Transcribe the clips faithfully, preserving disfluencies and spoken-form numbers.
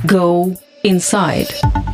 Go inside.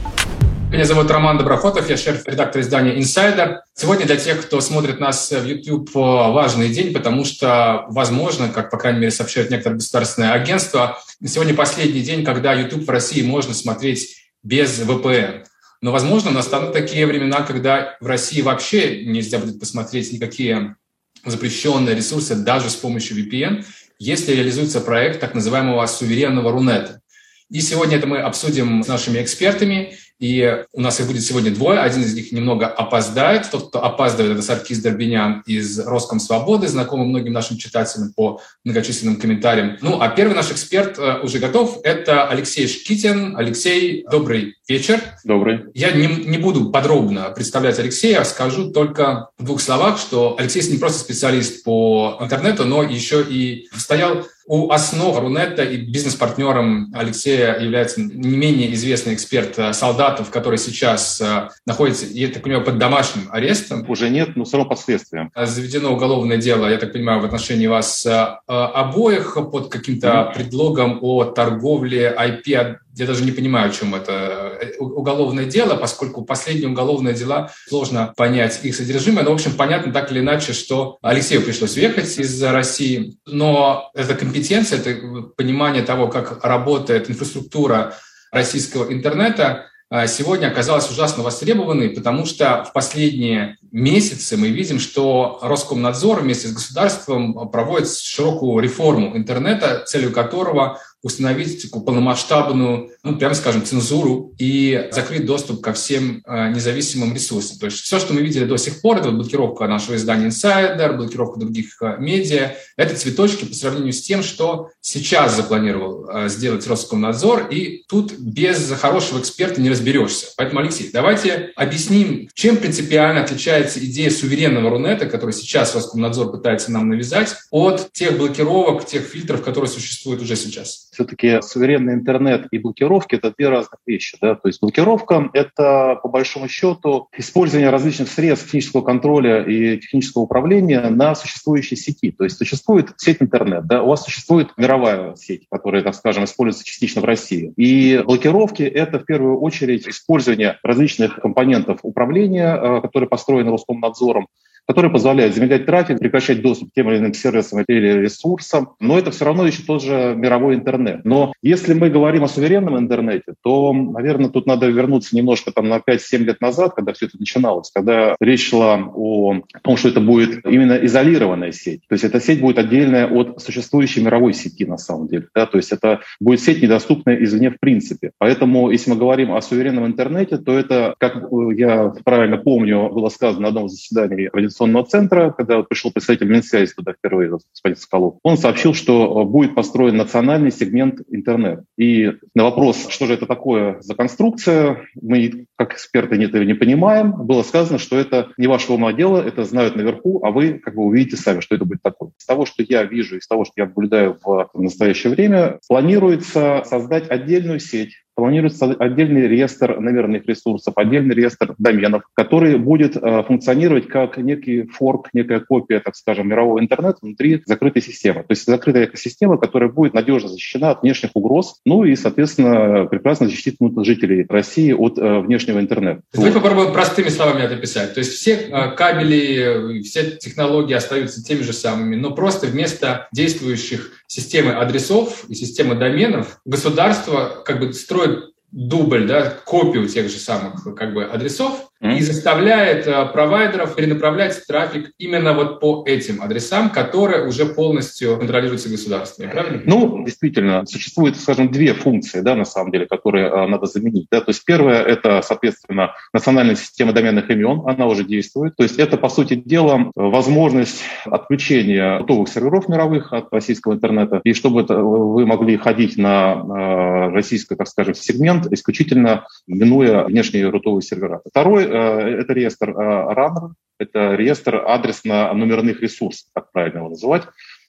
Меня зовут Роман Доброхотов, я шеф-редактор издания Insider. Сегодня для тех, кто смотрит нас в YouTube, важный день, потому что, возможно, как, по крайней мере, сообщают некоторые государственные агентства, сегодня последний день, когда YouTube в России можно смотреть без ви пи эн. Но, возможно, настанут такие времена, когда в России вообще нельзя будет посмотреть никакие запрещенные ресурсы даже с помощью ви пи эн, если реализуется проект так называемого суверенного Рунета. И сегодня это мы обсудим с нашими экспертами. И у нас их будет сегодня двое. Один из них немного опоздает. Тот, кто опаздывает, это Саркис Дорбинян из Роскомсвободы, знакомый многим нашим читателям по многочисленным комментариям. Ну, а первый наш эксперт уже готов. Это Алексей Шкитин. Алексей, добрый вечер. Добрый. Я не, не буду подробно представлять Алексея, скажу только в двух словах, что Алексей не просто специалист по интернету, но еще и стоял у основ Рунета, и бизнес-партнером Алексея является не менее известный эксперт Солдатов, который сейчас находится, я так понимаю, под домашним арестом. Уже нет, но все равно под следствием. Заведено уголовное дело, я так понимаю, в отношении вас обоих под каким-то mm-hmm. предлогом о торговле ай пи. Я даже не понимаю, о чем это уголовное дело, поскольку последние уголовные дела сложно понять их содержимое. Но, в общем, понятно так или иначе, что Алексею пришлось уехать из России. Но это компетенция, это понимание того, как работает инфраструктура российского интернета, сегодня оказалась ужасно востребованной, потому что в последние месяцы мы видим, что Роскомнадзор вместе с государством проводит широкую реформу интернета, целью которого установить полномасштабную, ну, прямо скажем, цензуру и закрыть доступ ко всем э, независимым ресурсам. То есть все, что мы видели до сих пор, это блокировка нашего издания Insider, блокировка других э, медиа, это цветочки по сравнению с тем, что сейчас запланировал э, сделать Роскомнадзор, и тут без хорошего эксперта не разберешься. Поэтому, Алексей, давайте объясним, чем принципиально отличается идея суверенного Рунета, который сейчас Роскомнадзор пытается нам навязать, от тех блокировок, тех фильтров, которые существуют уже сейчас. Все-таки суверенный интернет и блокировки — это две разных вещи. Да? То есть блокировка — это, по большому счету, использование различных средств технического контроля и технического управления на существующей сети. То есть существует сеть интернет, да? У вас существует мировая сеть, которая, так скажем, используется частично в России. И блокировки — это, в первую очередь, использование различных компонентов управления, которые построены Роскомнадзором, которые позволяют замедлять трафик, прекращать доступ к тем или иным сервисам или ресурсам. Но это все равно еще тот же мировой интернет. Но если мы говорим о суверенном интернете, то, наверное, тут надо вернуться немножко там, на пять-семь лет назад, когда все это начиналось, когда речь шла о том, что это будет именно изолированная сеть. То есть эта сеть будет отдельная от существующей мировой сети на самом деле. Да? То есть это будет сеть, недоступная извне в принципе. Поэтому, если мы говорим о суверенном интернете, то это, как я правильно помню, было сказано на одном заседании центра, когда вот пришел представитель Минсвязи туда впервые, господин Соколов, он сообщил, что будет построен национальный сегмент интернет. И на вопрос, что же это такое за конструкция, мы, как эксперты, этого не понимаем, было сказано, что это не вашего ума дело, это знают наверху, а вы как бы увидите сами, что это будет такое. Из того, что я вижу, из того, что я наблюдаю в настоящее время, планируется создать отдельную сеть, планируется отдельный реестр номерных ресурсов, отдельный реестр доменов, который будет э, функционировать как некий форк, некая копия, так скажем, мирового интернета внутри закрытой системы. То есть закрытая экосистема, которая будет надежно защищена от внешних угроз, ну и, соответственно, прекрасно защитит жителей России от э, внешнего интернета. Давайте вот. Попробуем простыми словами это описать. То есть все э, кабели, все технологии остаются теми же самыми, но просто вместо действующих системы адресов и системы доменов государство как бы строит дубль, да, копию тех же самых как бы адресов mm-hmm. и заставляет а, провайдеров перенаправлять трафик именно вот по этим адресам, которые уже полностью контролируются государством. Правильно? Ну, действительно, существует, скажем, две функции, да, на самом деле, которые а, надо заменить. Да? То есть первая — это, соответственно, национальная система доменных имен, она уже действует. То есть это, по сути дела, возможность отключения готовых серверов мировых от российского интернета, и чтобы это, вы могли ходить на а, российский, так скажем, сегмент, исключительно минуя внешние рутовые сервера. Второй э, — это реестр э, раннер, это реестр адресно-номерных ресурсов, как правильно его называть.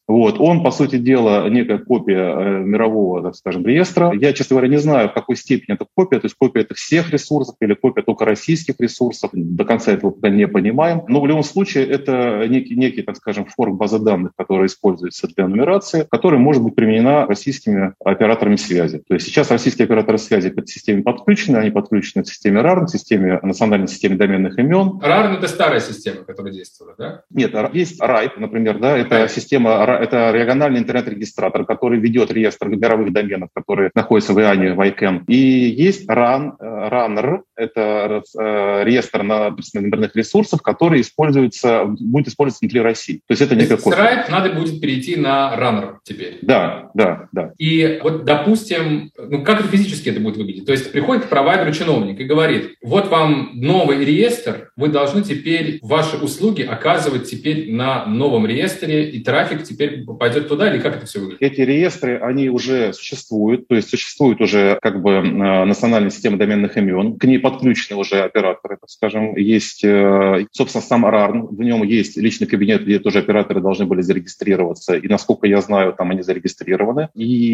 Вот. Он, по сути дела, некая копия э, мирового, так скажем, реестра. Я, честно говоря, не знаю, в какой степени это копия, то есть копия это всех ресурсов или копия только российских ресурсов. До конца этого пока не понимаем. Но в любом случае это некий, некий, так скажем, форк базы данных, которая используется для нумерации, которая может быть применена российскими операторами связи. То есть сейчас российские операторы связи к этой системе подключены, они подключены к системе рарн, к системе, национальной системе доменных имен. рарн — это старая система, которая действовала, да? Нет, есть райп, например, да, это райп. Система, это региональный интернет-регистратор, который ведет реестр мировых доменов, которые находятся в ИАНе, в айкэн. И есть ран, раннер, это реестр на номерных ресурсов, который используется, будет использоваться внутри России. То есть это некая копия. С райп надо будет перейти на раннер теперь. Да, да, да. И вот, допустим, ну как это физически это будет выглядеть? То есть приходит к провайдеру чиновник и говорит: вот вам новый реестр, вы должны теперь ваши услуги оказывать теперь на новом реестре, и трафик теперь пойдет туда, или как это все выглядит? Эти реестры, они уже существуют, то есть существует уже как бы национальная система доменных имен, к ней подключены уже операторы, так скажем, есть, собственно, сам рарн, в нем есть личный кабинет, где тоже операторы должны были зарегистрироваться, и, насколько я знаю, там они зарегистрированы.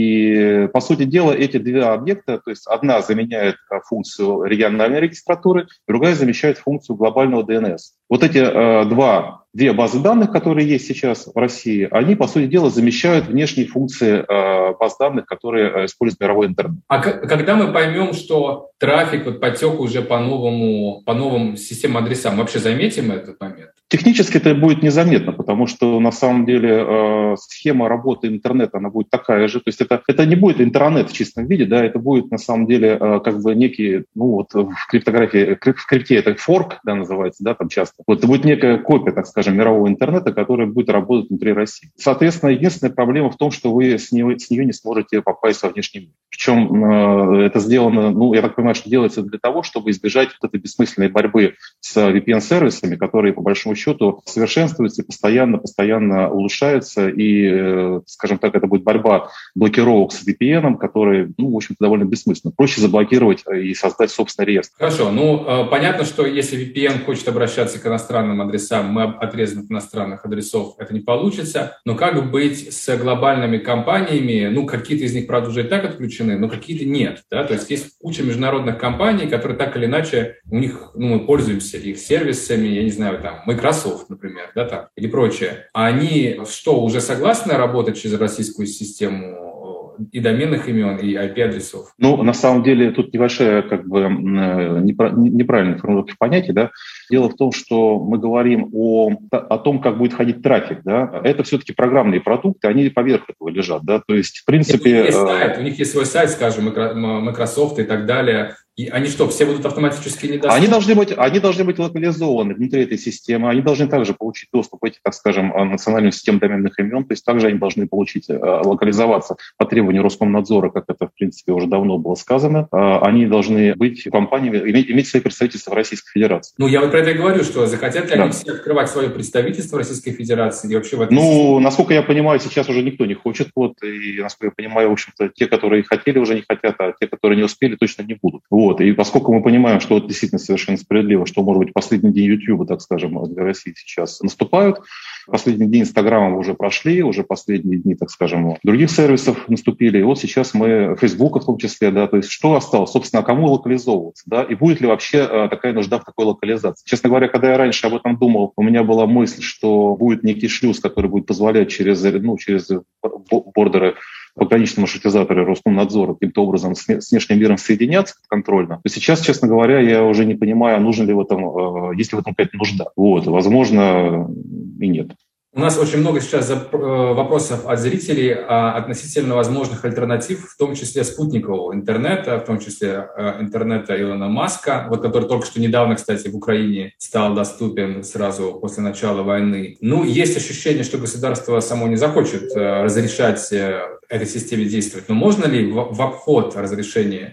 И, по сути дела, эти два объекта, то есть одна заменяет функцию региональной регистратуры, другая замещает функцию глобального ди эн эс. Вот эти э, два Две базы данных, которые есть сейчас в России, они, по сути дела, замещают внешние функции э, баз данных, которые э, использует мировой интернет. А к- когда мы поймем, что трафик вот потек уже по новому, по новым системным адресам, мы вообще заметим этот момент? Технически это будет незаметно, потому что на самом деле э, схема работы интернета, она будет такая же. То есть это, это не будет интернет в чистом виде, да, это будет на самом деле э, как бы некий, ну вот в криптографии, в крипте это форк, да, называется, да, там часто. Вот это будет некая копия, так скажем, мирового интернета, который будет работать внутри России. Соответственно, единственная проблема в том, что вы с нее, с нее не сможете попасть во внешний мир. Причем э, это сделано, ну, я так понимаю, что делается для того, чтобы избежать вот этой бессмысленной борьбы с ви пи эн-сервисами, которые, по большому счету, совершенствуются и постоянно, постоянно улучшаются. И, э, скажем так, это будет борьба блокировок с ви пи эн, которые, ну, в общем-то, довольно бессмысленно. Проще заблокировать и создать собственный реестр. Хорошо. Ну, э, понятно, что если ви пи эн хочет обращаться к иностранным адресам, мы отрезаны от иностранных адресов, это не получится. Но как быть с глобальными компаниями? Ну, какие-то из них, правда, уже и так отключены, но какие-то нет. Да? То есть есть куча международных компаний, которые так или иначе, у них, ну, мы пользуемся их сервисами, я не знаю, там, Microsoft, например, да, там, или прочее. А они что, уже согласны работать через российскую систему и доменных имен, и ай пи-адресов? Ну, на самом деле, тут небольшая, как бы, неправильная формулировка понятий, да. Дело в том, что мы говорим о, о том, как будет ходить трафик, да. Это все-таки программные продукты, они поверх этого лежат, да. То есть, в принципе... У них есть сайт, у них есть свой сайт, скажем, Microsoft и так далее. И они что, все будут автоматически недоступны? Они должны быть, они должны быть локализованы внутри этой системы. Они должны также получить доступ к этим, так скажем, национальным системам доменных имен. То есть также они должны получить, локализоваться по требованию Роскомнадзора, как это, в принципе, уже давно было сказано. Они должны быть компаниями, иметь, иметь свои представительства в Российской Федерации. Ну, я вот про это и говорю, что захотят ли да. они все открывать свое представительство в Российской Федерации и вообще в этом... Ну, системе? Насколько я понимаю, сейчас уже никто не хочет. Вот, и, насколько я понимаю, в общем-то, те, которые хотели, уже не хотят, а те, которые не успели, точно не будут. Вот. И поскольку мы понимаем, что это действительно совершенно справедливо, что, может быть, последний день YouTube, так скажем, для России сейчас наступают, последний день Инстаграма уже прошли, уже последние дни, так скажем, других сервисов наступили, и вот сейчас мы, Фейсбука в том числе, да, то есть что осталось, собственно, а кому локализовываться, да, и будет ли вообще а, такая нужда в такой локализации. Честно говоря, когда я раньше об этом думал, у меня была мысль, что будет некий шлюз, который будет позволять через, ну, через бордеры пограничные маршрутизаторы Роскомнадзора каким-то образом с внешним миром соединяться контрольно, то сейчас, честно говоря, я уже не понимаю, нужно ли в этом, есть ли в этом какая-то нужда. Вот, возможно, и нет. У нас очень много сейчас вопросов от зрителей относительно возможных альтернатив, в том числе спутникового интернета, в том числе интернета Илона Маска, вот, который только что недавно, кстати, в Украине стал доступен сразу после начала войны. Ну, есть ощущение, что государство само не захочет разрешать этой системе действовать. Но можно ли в обход разрешения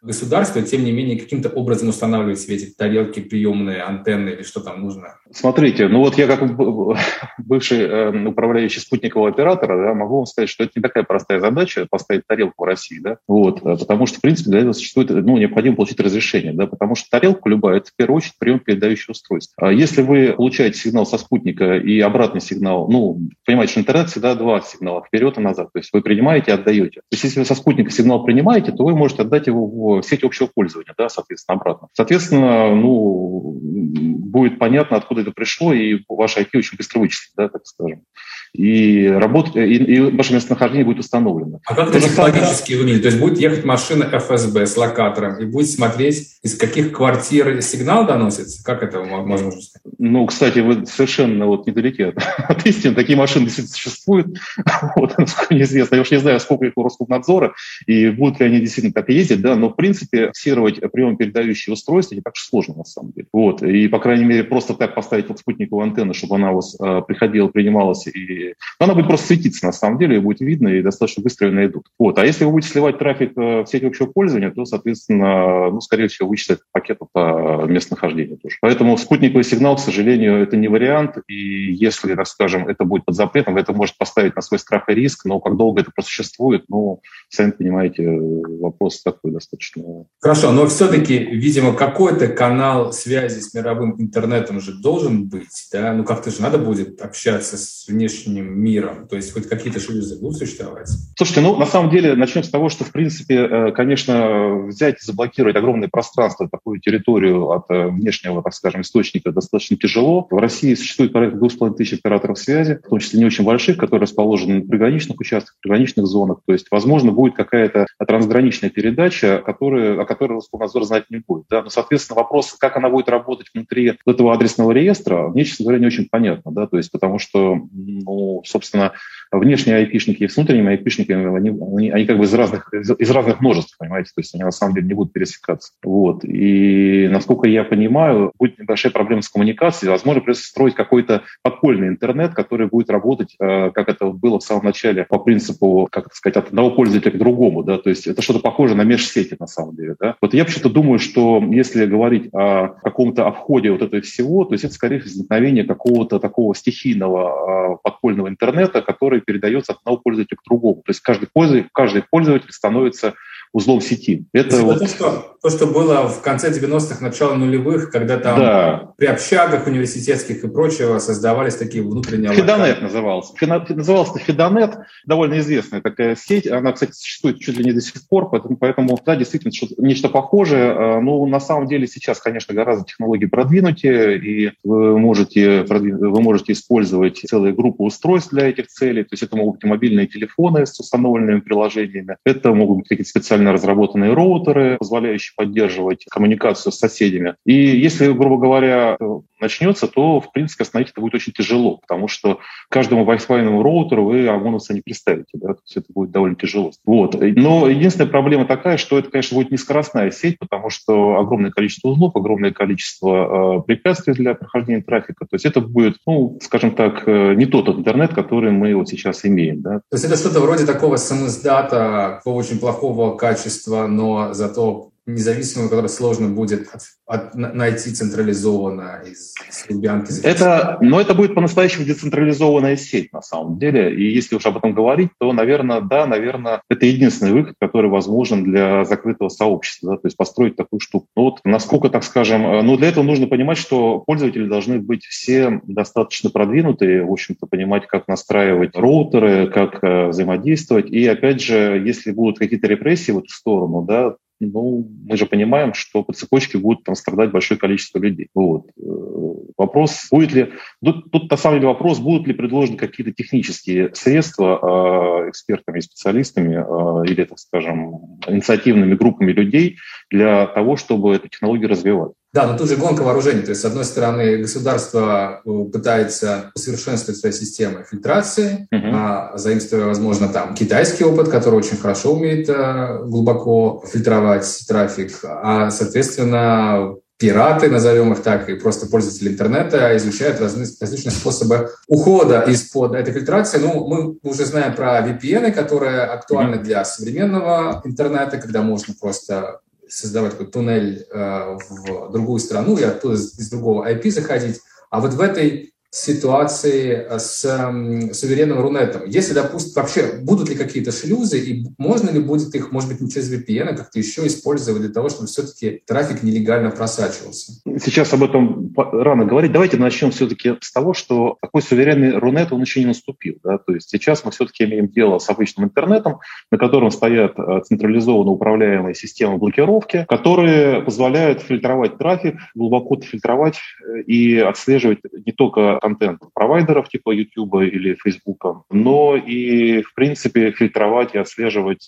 государство, тем не менее, каким-то образом устанавливает себе эти тарелки, приемные, антенны или что там нужно? Смотрите, ну вот я как бывший э, управляющий спутникового оператора, да, могу вам сказать, что это не такая простая задача поставить тарелку в России, да, вот, потому что, в принципе, для этого существует, ну, необходимо получить разрешение, да, потому что тарелка любая – это в первую очередь прием передающего устройства. А если вы получаете сигнал со спутника и обратный сигнал, ну, понимаете, что интернет всегда два сигнала, вперед и назад, то есть вы принимаете и отдаете. То есть если вы со спутника сигнал принимаете, то вы можете отдать его в сеть общего пользования, да, соответственно, обратно. Соответственно, ну, будет понятно, откуда это пришло, и ваш ай пи очень быстро вычислит, да, так скажем. И, работа, и, и ваше местонахождение будет установлено. А как это технологически выглядит? То есть будет ехать машина эф эс бэ с локатором и будет смотреть, из каких квартир сигнал доносится? Как это можно сказать? Ну, кстати, вы совершенно вот недалеки от, от истины. Такие машины действительно существуют. Вот, насколько мне известно. Я уж не знаю, сколько их у Роскомнадзора, и будут ли они действительно так ездить, да, но, в принципе, фиксировать прием-передающие устройства не так уж сложно, на самом деле. Вот. И, по крайней мере, просто так поставить вот спутниковую антенну, чтобы она у вас э, приходила, принималась, и но она будет просто светиться, на самом деле, и будет видно, и достаточно быстро ее найдут. Вот. А если вы будете сливать трафик в сеть общего пользования, то, соответственно, ну, скорее всего, вычислят пакеты по местонахождению тоже. Поэтому спутниковый сигнал, к сожалению, это не вариант, и если, так скажем, это будет под запретом, это может поставить на свой страх и риск, но как долго это просуществует, ну, сами понимаете, вопрос такой достаточно. Хорошо, но все-таки, видимо, какой-то канал связи с мировым интернетом же должен быть, да? Ну, как-то же надо будет общаться с внешним миром, то есть хоть какие-то шлюзы будут существовать? Слушайте, ну, на самом деле, начнем с того, что, в принципе, конечно, взять и заблокировать огромное пространство, такую территорию от внешнего, так скажем, источника достаточно тяжело. В России существует порядка двух с половиной тысяч операторов связи, в том числе не очень больших, которые расположены на приграничных участках, приграничных зонах. То есть, возможно, будет какая-то трансграничная передача, которая, о которой Роскомнадзор знать не будет. Да? Но, соответственно, вопрос, как она будет работать внутри этого адресного реестра, мне, честно говоря, не очень понятно. Да? То есть, потому что, ну, собственно, внешние айпишники и с внутренними айпишниками, они, они, они как бы из разных, из, из разных множеств, понимаете, то есть они на самом деле не будут пересекаться. Вот. И, насколько я понимаю, будет небольшая проблема с коммуникацией, возможно, придется строить какой-то подпольный интернет, который будет работать, э, как это было в самом начале, по принципу, как это сказать, от одного пользователя к другому, да, то есть это что-то похожее на межсети на самом деле, да. Вот я почему-то думаю, что если говорить о каком-то обходе вот этого всего, то есть это скорее возникновение какого-то такого стихийного э, подпольного интернета, который передается от одного пользователя к другому. То есть каждый пользователь, каждый пользователь становится узлом сети. Это, это вот... то, что, то, что было в конце девяностых, начало нулевых, когда там да. при общагах университетских и прочего создавались такие внутренние... Фидонет назывался. Назывался Фидонет, довольно известная такая сеть. Она, кстати, существует чуть ли не до сих пор, поэтому, поэтому да, действительно, что-то, нечто похожее. Но на самом деле сейчас, конечно, гораздо технологии продвинутые, и вы можете, вы можете использовать целые группы устройств для этих целей. То есть это могут быть мобильные телефоны с установленными приложениями, это могут быть какие-то специальные разработанные роутеры, позволяющие поддерживать коммуникацию с соседями. И если, грубо говоря, начнется, то, в принципе, остановить это будет очень тяжело, потому что каждому Wi-Fi роутеру вы ОМОНовца не представите, да? То есть это будет довольно тяжело. Вот. Но единственная проблема такая, что это, конечно, будет нескоростная сеть, потому что огромное количество узлов, огромное количество э, препятствий для прохождения трафика. То есть это будет, ну, скажем так, э, не тот интернет, который мы вот сейчас имеем. Да? То есть это что-то вроде такого самиздата, очень плохого качества, но зато независимого, который сложно будет от, от, найти централизованно из, из Лубянки. Это, но это будет по-настоящему децентрализованная сеть на самом деле. И если уж об этом говорить, то, наверное, да, наверное, это единственный выход, который возможен для закрытого сообщества, да, то есть построить такую штуку. Но вот насколько, так скажем, ну для этого нужно понимать, что пользователи должны быть все достаточно продвинутые, в общем-то, понимать, как настраивать роутеры, как э, взаимодействовать. И опять же, если будут какие-то репрессии в эту сторону, да, ну, мы же понимаем, что по цепочке будет там страдать большое количество людей. Вот. Вопрос, будет ли... Тут, тут на самом деле вопрос, будут ли предложены какие-то технические средства э, экспертами и специалистами э, или, так скажем, инициативными группами людей для того, чтобы эту технологию развивать. Да, но тут же гонка вооружений. То есть, с одной стороны, государство пытается усовершенствовать свои системы фильтрации, uh-huh. а, заимствуя, возможно, там китайский опыт, который очень хорошо умеет а, глубоко фильтровать трафик, а, соответственно, пираты, назовем их так, и просто пользователи интернета изучают разные, различные способы ухода из-под этой фильтрации. Ну, мы уже знаем про ви пи эн, которые актуальны для современного интернета, когда можно просто создавать такой туннель э, в другую страну и оттуда из другого ай пи заходить. А вот в этой ситуации с э, суверенным Рунетом, если, допустим, вообще будут ли какие-то шлюзы, и можно ли будет их, может быть, не через ви пи эн, а как-то еще использовать для того, чтобы все-таки трафик нелегально просачивался? Сейчас об этом рано говорить. Давайте начнем все-таки с того, что такой суверенный Рунет, он еще не наступил. Да? То есть сейчас мы все-таки имеем дело с обычным интернетом, на котором стоят централизованно управляемые системы блокировки, которые позволяют фильтровать трафик, глубоко фильтровать и отслеживать не только контент провайдеров типа YouTube или Facebook, но и, в принципе, фильтровать и отслеживать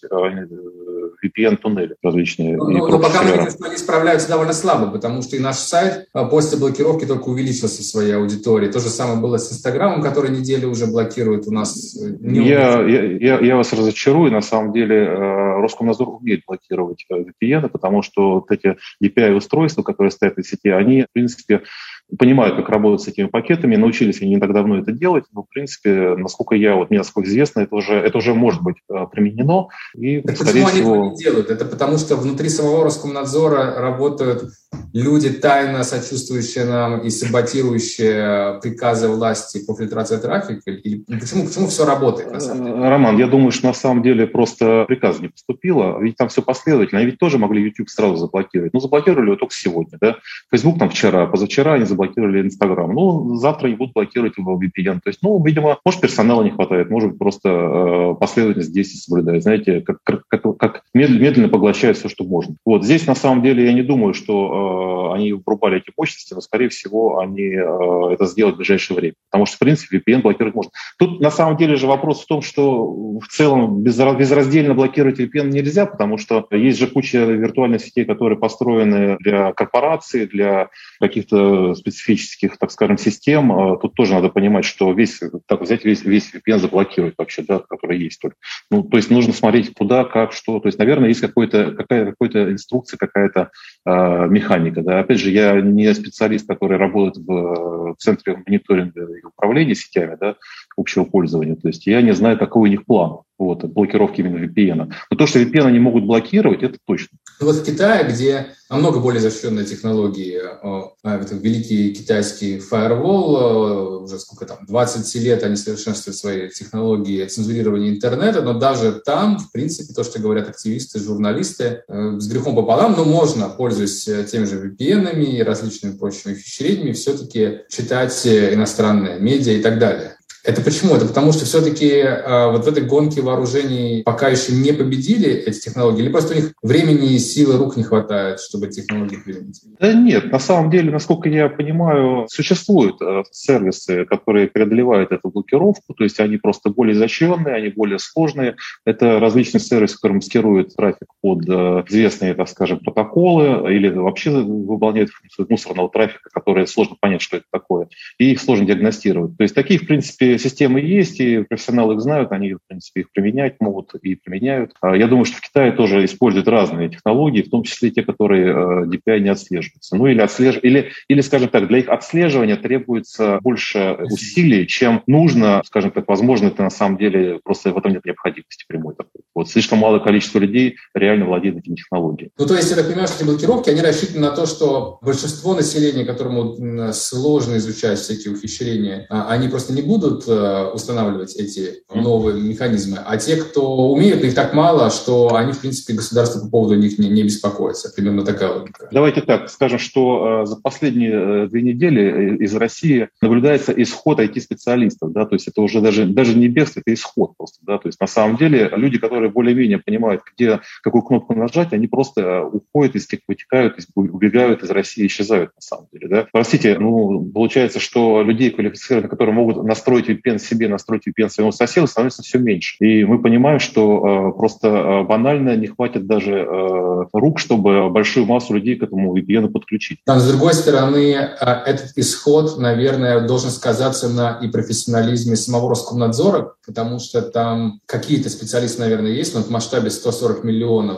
ви пи эн-туннели различные. Но, но пока мы видим, что они справляются довольно слабо, потому что и наш сайт после блокировки только увеличился в своей аудитории. То же самое было с Инстаграмом, который неделю уже блокирует у нас. Не я, я, я вас разочарую. На самом деле Роскомнадзор умеет блокировать ви пи эн, потому что вот эти ди пи ай-устройства, которые стоят в сети, они, в принципе, понимают, как работать с этими пакетами, научились они не так давно это делать, но, в принципе, насколько я, вот мне насколько известно, это уже, это уже может быть применено. И, так скорее почему всего... они это не делают? Это потому, что внутри самого Роскомнадзора работают люди, тайно сочувствующие нам и саботирующие приказы власти по фильтрации трафика? Или почему, почему все работает, на самом деле? Роман, я думаю, что на самом деле просто приказ не поступило, ведь там все последовательно, они ведь тоже могли YouTube сразу заблокировать. Ну, заблокировали его только сегодня, да? Facebook там вчера, позавчера они заблокировали Инстаграм. Ну, завтра они будут блокировать его ви пи эн. То есть, ну, видимо, может, персонала не хватает, может, просто э, последовательность действий соблюдает. Знаете, как, как, как медленно, медленно поглощают все, что можно. Вот здесь, на самом деле, я не думаю, что э, они врубали эти мощности, но, скорее всего, они э, это сделают в ближайшее время. Потому что, в принципе, ви пи эн блокировать можно. Тут, на самом деле, же вопрос в том, что в целом безраздельно блокировать ви пи эн нельзя, потому что есть же куча виртуальных сетей, которые построены для корпораций, для каких-то специфических, так скажем, систем. Тут тоже надо понимать, что весь, так взять весь, весь ви пи эн заблокировать вообще, да, который есть только. Ну, то есть нужно смотреть куда, как, что. То есть, наверное, есть какой-то, какая, какая-то инструкция, какая-то э, механика. Да. Опять же, я не специалист, который работает в, в центре мониторинга и управления сетями, да, общего пользования. То есть я не знаю, какой у них план. Вот, блокировки именно ви пи эн. Но то, что ви пи эн они могут блокировать, это точно. Вот в Китае, где намного более защищенные технологии, это великий китайский фаервол, уже сколько там, двадцать лет они совершенствуют свои технологии цензурирования интернета, но даже там, в принципе, то, что говорят активисты, журналисты, с грехом пополам, но можно, пользуясь теми же ви пи эн-ами и различными прочими ухищрениями, все-таки читать иностранные медиа и так далее. Это почему? Это потому, что все-таки э, вот в этой гонке вооружений пока еще не победили эти технологии, или просто у них времени и силы рук не хватает, чтобы эти технологии применить? Да нет, на самом деле, насколько я понимаю, существуют э, сервисы, которые преодолевают эту блокировку, то есть они просто более изощренные, они более сложные. Это различные сервисы, которые маскируют трафик под э, известные, так скажем, протоколы или вообще выполняют функцию мусорного трафика, которые сложно понять, что это такое, и их сложно диагностировать. То есть такие, в принципе, системы есть, и профессионалы их знают, они, в принципе, их применять могут и применяют. Я думаю, что в Китае тоже используют разные технологии, в том числе те, которые ди пи ай не отслеживаются. Ну или, отслеж... или, или, скажем так, для их отслеживания требуется больше усилий, чем нужно, скажем так, возможно, это на самом деле просто в этом нет необходимости прямой такой. Вот слишком малое количество людей реально владеет этими технологиями. Ну, то есть, я так понимаю, что эти блокировки, они рассчитаны на то, что большинство населения, которому сложно изучать всякие ухищрения, они просто не будут устанавливать эти новые механизмы, а те, кто умеют, их так мало, что они, в принципе, государство по поводу них не, не беспокоится. Примерно такая логика. Давайте так скажем, что э, за последние э, две недели из России наблюдается исход ай ти-специалистов, да, то есть это уже даже, даже не бегство, это исход просто, да, то есть на самом деле люди, которые более-менее понимают, где, какую кнопку нажать, они просто уходят из тех, вытекают, убегают из России, исчезают на самом деле, да. Простите, ну, получается, что людей квалифицированных, которые могут настроить ви пи эн себе, настроить ви пи эн своему соседу, становится все меньше. И мы понимаем, что э, просто э, банально не хватит даже э, рук, чтобы большую массу людей к этому ви пи эн подключить. Там, с другой стороны, этот исход, наверное, должен сказаться на и профессионализме самого Роскомнадзора, потому что там какие-то специалисты, наверное, есть, но в масштабе сто сорок миллионов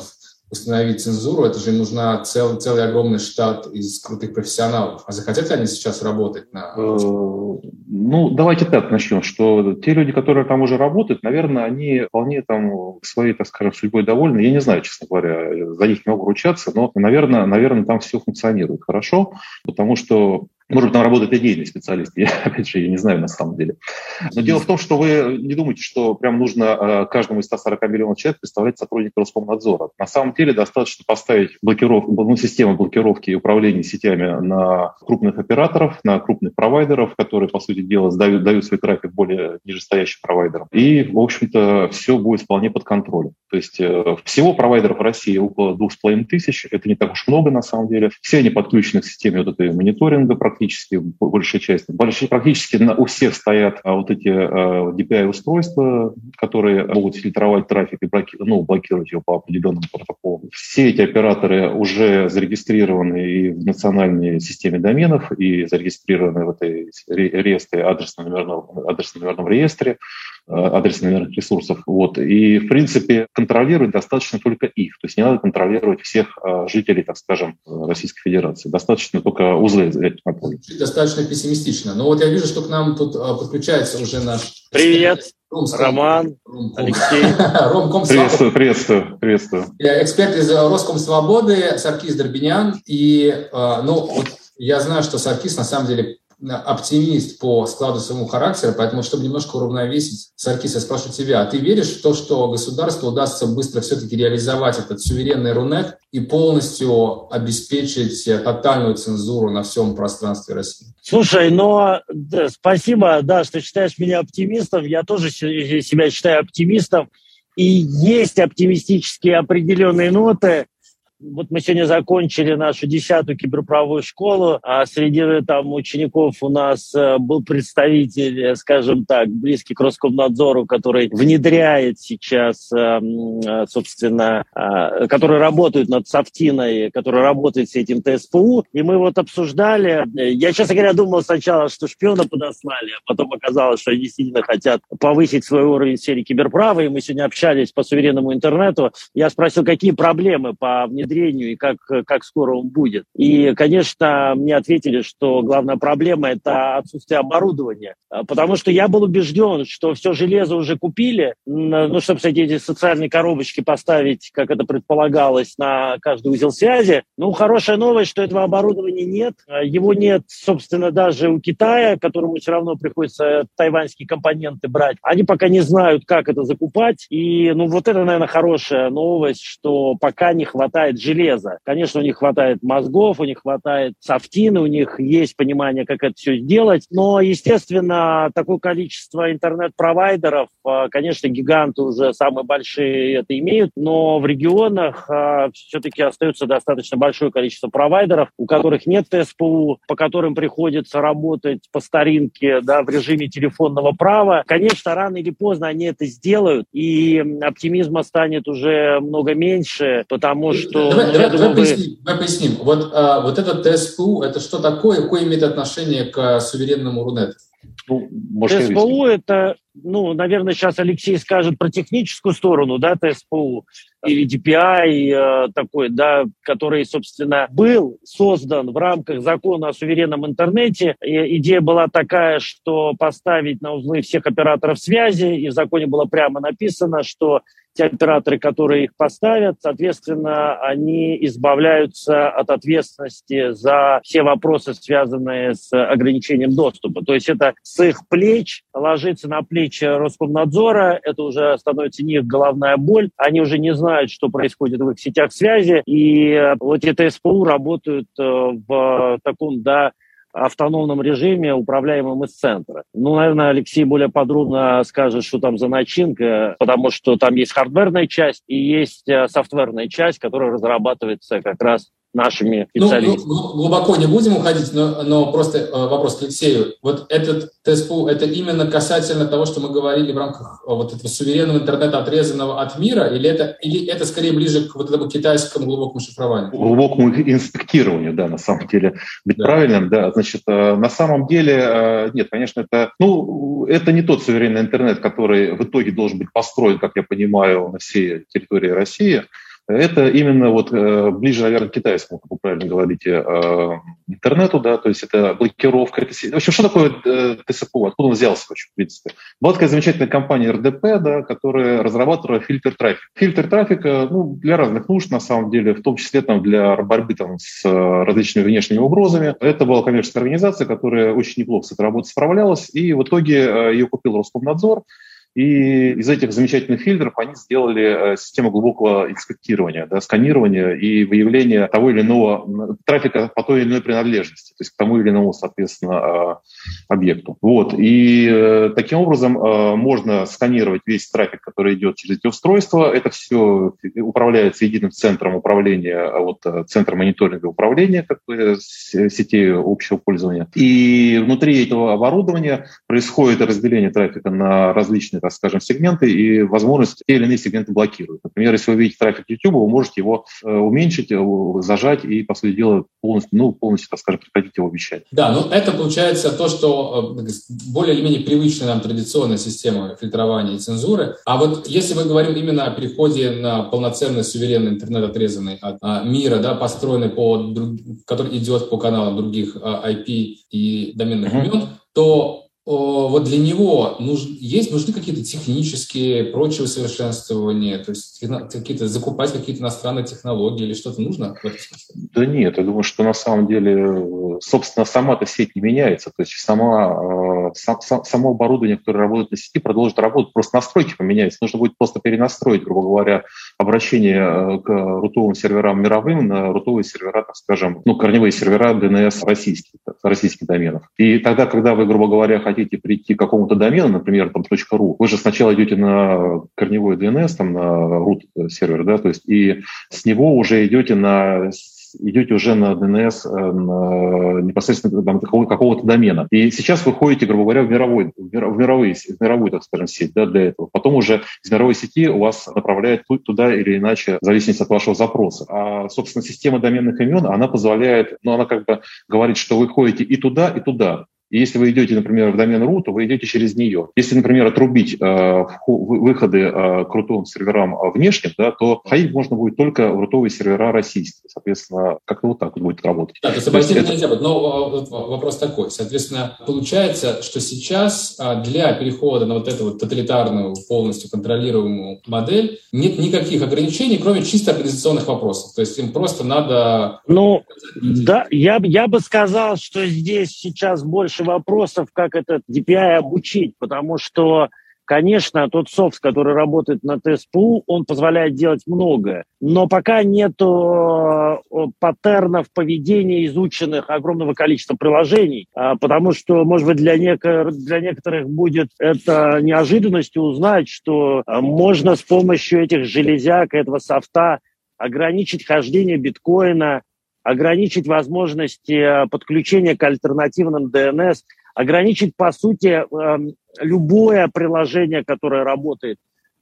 установить цензуру, это же им нужна цел, целый огромный штат из крутых профессионалов. А захотят ли они сейчас работать на... Ну, давайте так начнем, что те люди, которые там уже работают, наверное, они вполне там своей, так скажем, судьбой довольны. Я не знаю, честно говоря, за них не могу ручаться, но, наверное, наверное, там все функционирует хорошо, потому что может, там работает идейный специалист, я, опять же, я не знаю на самом деле. Но дело в том, что вы не думаете, что прям нужно каждому из ста сорока миллионов человек представлять сотрудника Роскомнадзора. На самом деле достаточно поставить блокировку, ну, систему блокировки и управления сетями на крупных операторов, на крупных провайдеров, которые, по сути дела, дают, дают свой трафик более нижестоящим провайдерам. И, в общем-то, все будет вполне под контролем. То есть всего провайдеров в России около двух с половиной тысяч, это не так уж много на самом деле. Все они подключены к системе вот этой мониторинга, практически большая часть. Практически у всех стоят а, вот эти а, ди пи ай-устройства, которые могут фильтровать трафик и блоки, ну, блокировать его по определенным протоколам. Все эти операторы уже зарегистрированы и в национальной системе доменов, и зарегистрированы в этой реестре, адресно-номерном, адресно-номерном реестре, адресных ресурсов. Вот. И, в принципе, контролировать достаточно только их. То есть не надо контролировать всех жителей, так скажем, Российской Федерации. Достаточно только узлы взять на поле. Достаточно пессимистично. Но вот я вижу, что к нам тут подключается уже наш... Привет, Ромком. Роман, Ромком. Алексей. Ромком приветствую, приветствую, приветствую. Эксперт из Роскомсвободы Саркис Дорбинян. И, ну, вот я знаю, что Саркис на самом деле оптимист по складу своему характера, поэтому, чтобы немножко уравновесить, Саркис, я спрашиваю тебя, а ты веришь в то, что государству удастся быстро все-таки реализовать этот суверенный Рунет и полностью обеспечить тотальную цензуру на всем пространстве России? Слушай, но да, спасибо, да, что считаешь меня оптимистом. Я тоже себя считаю оптимистом. И есть оптимистические определенные ноты. Вот мы сегодня закончили нашу десятую киберправовую школу, а среди там учеников у нас был представитель, скажем так, близкий к Роскомнадзору, который внедряет сейчас, собственно, который работает над Софтиной, который работает с этим тэ эс пэ у. И мы вот обсуждали. Я, честно говоря, думал сначала, что шпиона подослали, а потом оказалось, что они действительно хотят повысить свой уровень в сфере киберправа. И мы сегодня общались по суверенному интернету. Я спросил, какие проблемы по внедрению и как, как скоро он будет. И, конечно, мне ответили, что главная проблема – это отсутствие оборудования. Потому что я был убежден, что все железо уже купили, ну, чтобы, кстати, эти социальные коробочки поставить, как это предполагалось, на каждый узел связи. Ну, хорошая новость, что этого оборудования нет. Его нет, собственно, даже у Китая, которому все равно приходится тайваньские компоненты брать. Они пока не знают, как это закупать. И, ну, вот это, наверное, хорошая новость, что пока не хватает железа. Конечно, у них хватает мозгов, у них хватает софтины, у них есть понимание, как это все сделать. Но, естественно, такое количество интернет-провайдеров, конечно, гиганты уже самые большие это имеют, но в регионах все-таки остается достаточно большое количество провайдеров, у которых нет тэ эс пэ у, по которым приходится работать по старинке, да, в режиме телефонного права. Конечно, рано или поздно они это сделают, и оптимизма станет уже много меньше, потому что... Давай, ну, давай, думаю, давай, вы... поясним, давай поясним. Вот, а, вот этот тэ эс пэ у, это что такое, какое имеет отношение к суверенному Рунету? Ну, тэ эс пэ у – это, ну, наверное, сейчас Алексей скажет про техническую сторону, да, тэ эс пэ у или ди пи ай э, такой, да, который, собственно, был создан в рамках закона о суверенном интернете. И идея была такая, что поставить на узлы всех операторов связи, и в законе было прямо написано, что те операторы, которые их поставят, соответственно, они избавляются от ответственности за все вопросы, связанные с ограничением доступа. То есть это с их плеч ложится на плечи Роскомнадзора, это уже становится не их головная боль, они уже не знают, что происходит в их сетях связи, и вот эти тэ эс пэ у работают в таком, да, автономном режиме, управляемым из центра. Ну, наверное, Алексей более подробно скажет, что там за начинка, потому что там есть хардверная часть и есть софтверная часть, которая разрабатывается как раз нашими специалистами. Ну, ну, глубоко не будем уходить, но, но просто э, вопрос к Алексею. Вот этот тэ эс пэ у, это именно касательно того, что мы говорили в рамках э, вот этого суверенного интернета, отрезанного от мира, или это, или это скорее ближе к вот этому китайскому глубокому шифрованию? Глубокому инспектированию, да, на самом деле. Быть да. правильным, да. Значит, э, на самом деле, э, нет, конечно, это, ну, это не тот суверенный интернет, который в итоге должен быть построен, как я понимаю, на всей территории России. Это именно вот э, ближе, наверное, к китайскому, как вы правильно говорите, э, интернету, да, то есть это блокировка. Это, в общем, что такое э, ТСПУ? Откуда он взялся, вообще, в принципе? Была такая замечательная компания эр дэ пэ, да, которая разрабатывала фильтр трафика. Фильтр трафика, ну, для разных нужд, на самом деле, в том числе там, для борьбы там, с э, различными внешними угрозами. Это была коммерческая организация, которая очень неплохо с этой работой справлялась, и в итоге э, ее купил Роскомнадзор. И из этих замечательных фильтров они сделали систему глубокого инспектирования, да, сканирования и выявления того или иного трафика по той или иной принадлежности, то есть к тому или иному, соответственно, объекту. Вот. И таким образом можно сканировать весь трафик, который идет через эти устройства. Это все управляется единым центром управления, вот, центром мониторинга управления как бы, сетей общего пользования. И внутри этого оборудования происходит разделение трафика на различные, так скажем, сегменты, и возможность те или иные сегменты блокируют. Например, если вы видите трафик YouTube, вы можете его э, уменьшить, э, зажать и, по сути дела, полностью, ну, полностью, так скажем, прекратить его вещание. Да, ну это получается то, что э, более или менее привычная нам традиционная система фильтрования и цензуры. А вот если мы говорим именно о переходе на полноценный суверенный интернет, отрезанный от а, мира, да, построенный по, который идет по каналам других а, ай пи и доменных mm-hmm. имен, то вот для него нужны, есть, нужны какие-то технические, прочие усовершенствования, то есть какие-то, закупать какие-то иностранные технологии или что-то нужно в этом смысле? Да нет, я думаю, что на самом деле, собственно, сама-то сеть не меняется, то есть сама, сам, само оборудование, которое работает на сети, продолжит работать, просто настройки поменяются, нужно будет просто перенастроить, грубо говоря, обращение к рутовым серверам мировым на рутовые сервера, так скажем, ну, корневые сервера ди эн эс российских, российских доменов. И тогда, когда вы, грубо говоря, хотите хотите прийти к какому-то домену, например, там .ru, вы же сначала идете на корневой ди эн эс, там, на root сервер, да, то есть и с него уже идете на идете уже на ди эн эс на непосредственно там, какого-то домена. И сейчас вы ходите, грубо говоря, в, мировой, в, мировые, в мировую, так скажем, сеть, да, для этого. Потом уже из мировой сети у вас направляет туда или иначе, в зависимости от вашего запроса. А, собственно, система доменных имен, она позволяет, ну, она как бы говорит, что вы ходите и туда, и туда. И если вы идете, например, в домен root, то вы идете через нее. Если, например, отрубить э, выходы э, к рутовым серверам внешним, да, то ходить можно будет только в рутовые сервера российские. Соответственно, как-то вот так вот будет работать. Да, то есть обойти это нельзя будет. Но вопрос такой. Соответственно, получается, что сейчас для перехода на вот эту вот тоталитарную, полностью контролируемую модель нет никаких ограничений, кроме чисто организационных вопросов. То есть им просто надо... Ну, да, я, я бы сказал, что здесь сейчас больше вопросов, как этот ди пи ай обучить, потому что, конечно, тот софт, который работает на ТСПУ, он позволяет делать многое, но пока нету паттернов поведения, изученных огромного количества приложений, потому что, может быть, для, неко- для некоторых будет это неожиданностью узнать, что можно с помощью этих железяк, этого софта ограничить хождение биткоина, ограничить возможности подключения к альтернативным ди эн эс, ограничить, по сути, любое приложение, которое работает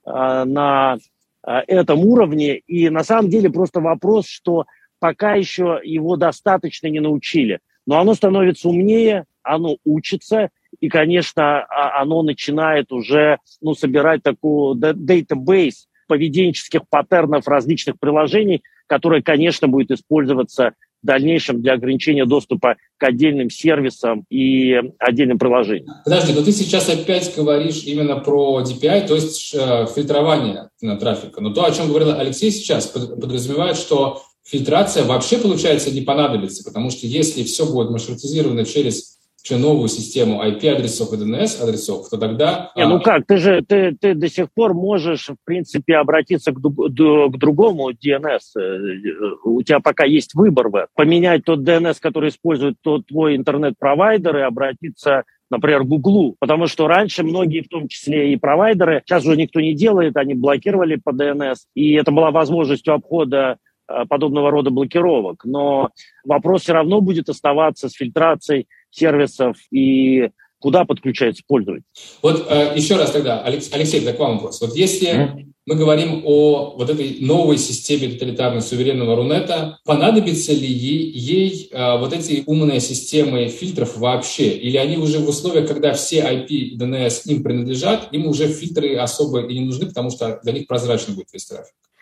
на этом уровне. И на самом деле просто вопрос, что пока еще его достаточно не научили. Но оно становится умнее, оно учится, и, конечно, оно начинает уже ну, собирать такой дейтабейс поведенческих паттернов различных приложений, которое, конечно, будет использоваться в дальнейшем для ограничения доступа к отдельным сервисам и отдельным приложениям. Подожди, но ты сейчас опять говоришь именно про ди пи ай, то есть э, фильтрование трафика. Но то, о чем говорил Алексей сейчас, подразумевает, что фильтрация вообще, получается, не понадобится, потому что если все будет маршрутизировано через новую систему ай пи-адресов и ди эн эс-адресов, то тогда... Не, ну как, ты же ты, ты до сих пор можешь, в принципе, обратиться к, к другому ди эн эс. У тебя пока есть выбор. Поменять тот ди эн эс, который использует тот твой интернет-провайдер, и обратиться, например, к Гуглу. Потому что раньше многие, в том числе и провайдеры, сейчас уже никто не делает, они блокировали по ди эн эс. И это была возможностью обхода подобного рода блокировок. Но вопрос все равно будет оставаться с фильтрацией сервисов и куда подключается пользователь. Вот э, еще раз тогда, Алексей, так к вам вопрос. Вот если mm. мы говорим о вот этой новой системе тоталитарной суверенного Рунета, понадобятся ли ей, ей э, вот эти умные системы фильтров вообще? Или они уже в условиях, когда все ай пи и ди эн эс им принадлежат, им уже фильтры особо и не нужны, потому что для них прозрачно будет весь трафик?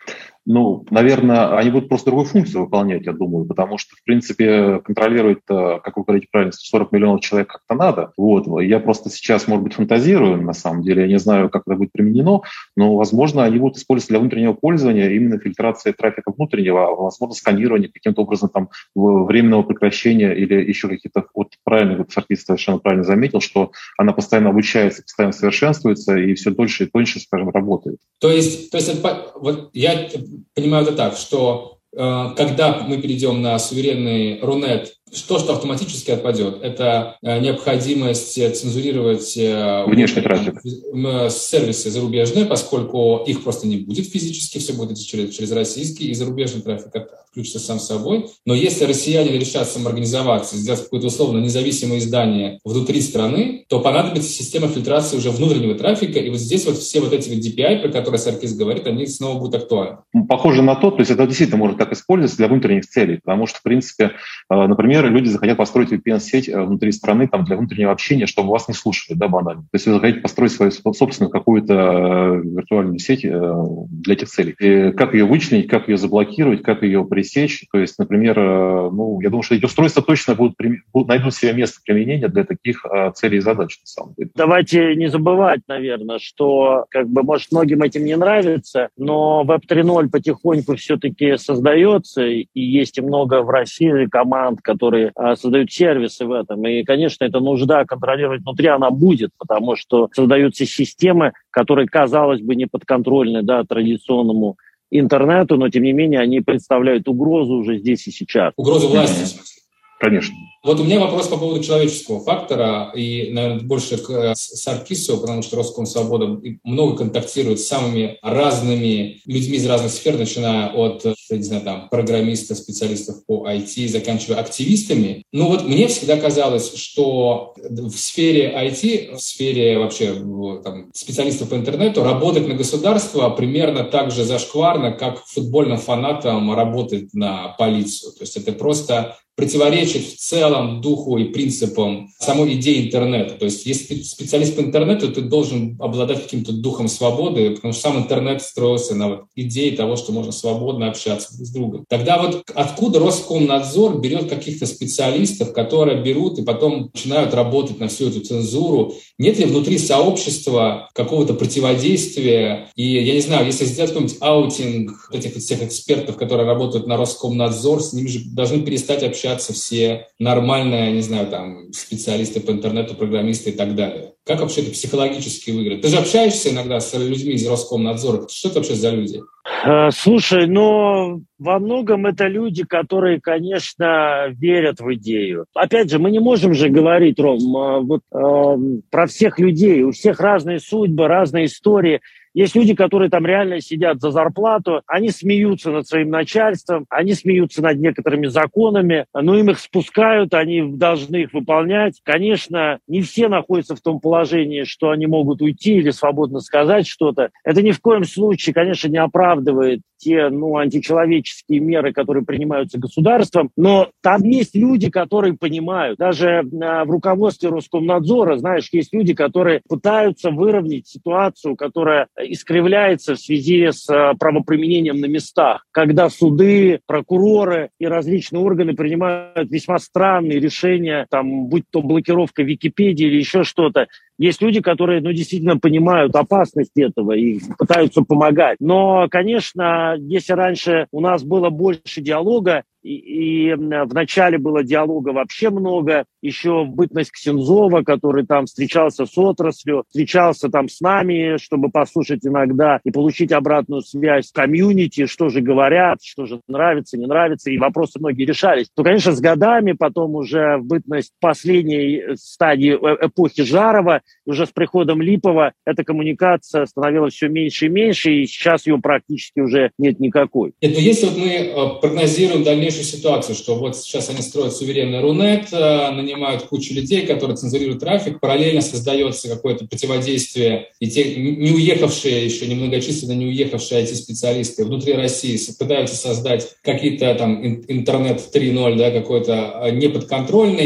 Ну, наверное, они будут просто другую функцию выполнять, я думаю, потому что, в принципе, контролировать, как вы говорите правильно, сорок миллионов человек как-то надо. Вот. Я просто сейчас, может быть, фантазирую, на самом деле, я не знаю, как это будет применено, но, возможно, они будут использоваться для внутреннего пользования, именно фильтрации трафика внутреннего, возможно, сканирование каким-то образом там временного прекращения или еще каких-то, вот правильно, вот Саркис совершенно правильно заметил, что она постоянно обучается, постоянно совершенствуется и все дольше и тоньше, скажем, работает. То есть, то есть вот я понимаю это так, что э, когда мы перейдем на суверенный Рунет, то, что автоматически отпадет, это э, необходимость цензурировать э, внешний трафик, э, сервисы зарубежные, поскольку их просто не будет физически, все будет через, через российский, и зарубежный трафик отключится сам собой. Но если россияне решат самоорганизоваться, сделать какое-то условно независимое издание внутри страны, то понадобится система фильтрации уже внутреннего трафика, и вот здесь вот все вот эти вот ди пи ай, про которые Саркис говорит, они снова будут актуальны. Похоже на то, то есть это действительно может так использоваться для внутренних целей, потому что, в принципе, например, люди захотят построить ви пи эн-сеть внутри страны там, для внутреннего общения, чтобы вас не слушали, да, банально. То есть вы захотите построить свою собственную какую-то виртуальную сеть для этих целей. И как ее вычленить, как ее заблокировать, как ее пресечь. То есть, например, ну, я думаю, что эти устройства точно будут, будут найдут себе место применения для таких целей и задач, на самом деле. Давайте не забывать, наверное, что, как бы, может, многим этим не нравится, но веб три ноль потихоньку все-таки создается, и есть и много в России команд, которые создают сервисы в этом. И, конечно, эта нужда контролировать внутри, она будет, потому что создаются системы, которые, казалось бы, не подконтрольны, да, традиционному интернету, но, тем не менее, они представляют угрозу уже здесь и сейчас. Угрозу власти. Конечно. Вот у меня вопрос по поводу человеческого фактора, и, наверное, больше к Саркису, потому что Роскомсвобода много контактирует с самыми разными людьми из разных сфер, начиная от, я не знаю, там, программистов, специалистов по ай ти, заканчивая активистами. Ну вот мне всегда казалось, что в сфере ай ти, в сфере вообще там, специалистов по интернету работать на государство примерно так же зашкварно, как футбольным фанатам работать на полицию. То есть это просто противоречит в целом духу и принципам самой идеи интернета. То есть если ты специалист по интернету, ты должен обладать каким-то духом свободы, потому что сам интернет строился на вот идее того, что можно свободно общаться друг с другом. Тогда вот откуда Роскомнадзор берет каких-то специалистов, которые берут и потом начинают работать на всю эту цензуру? Нет ли внутри сообщества какого-то противодействия? И, я не знаю, если сделать какой-нибудь аутинг этих всех экспертов, которые работают на Роскомнадзор, с ними же должны перестать общаться все нормальные, не знаю, там, специалисты по интернету, программисты и так далее. Как вообще это психологически выиграть? Ты же общаешься иногда с людьми из Роскомнадзора. Что это вообще за люди? Слушай, ну, во многом это люди, которые, конечно, верят в идею. Опять же, мы не можем же говорить, Ром, вот, э, про всех людей. У всех разные судьбы, разные истории. Есть люди, которые там реально сидят за зарплату, они смеются над своим начальством, они смеются над некоторыми законами, но им их спускают, они должны их выполнять. Конечно, не все находятся в том положении, что они могут уйти или свободно сказать что-то. Это ни в коем случае, конечно, не оправдывает те, ну, античеловеческие меры, которые принимаются государством, но там есть люди, которые понимают. Даже в руководстве Роскомнадзора, знаешь, есть люди, которые пытаются выровнять ситуацию, которая искривляется в связи с правоприменением на местах, когда суды, прокуроры и различные органы принимают весьма странные решения, там, будь то блокировка Википедии или еще что-то. Есть люди, которые, ну, действительно понимают опасность этого и пытаются помогать. Но, конечно, если раньше у нас было больше диалога, и, и в начале было диалога вообще много, еще в бытность Ксензова, который там встречался с отраслью, встречался там с нами, чтобы послушать иногда и получить обратную связь в комьюнити, что же говорят, что же нравится, не нравится, и вопросы многие решались. То, конечно, с годами, потом уже в бытность последней стадии эпохи Жарова, уже с приходом Липова эта коммуникация становилась все меньше и меньше, и сейчас ее практически уже нет никакой. Нет, но если вот мы прогнозируем дальнейшую ситуацию, что вот сейчас они строят суверенный Рунет, нанимают кучу людей, которые цензурируют трафик, параллельно создается какое-то противодействие, и те не уехавшие, еще немногочисленно не уехавшие ай ти-специалисты внутри России пытаются создать какие-то там интернет три ноль, да, какой-то неподконтрольный,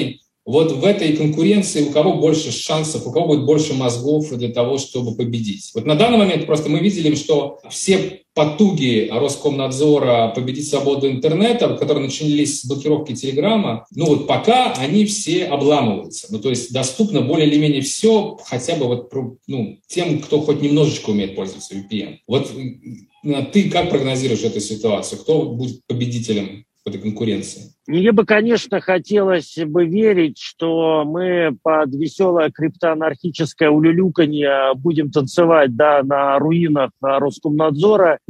Вот в этой конкуренции у кого больше шансов, у кого будет больше мозгов для того, чтобы победить? Вот на данный момент просто мы видели, что все потуги Роскомнадзора победить свободу интернета, которые начались с блокировки Телеграма, ну вот пока они все обламываются. Ну то есть доступно более или менее все, хотя бы вот ну, тем, кто хоть немножечко умеет пользоваться ви пи эн. Вот ты как прогнозируешь эту ситуацию? Кто будет победителем в этой конкуренции? Мне бы, конечно, хотелось бы верить, что мы под веселое криптоанархическое улюлюканье будем танцевать, да, на руинах Роскомнадзора,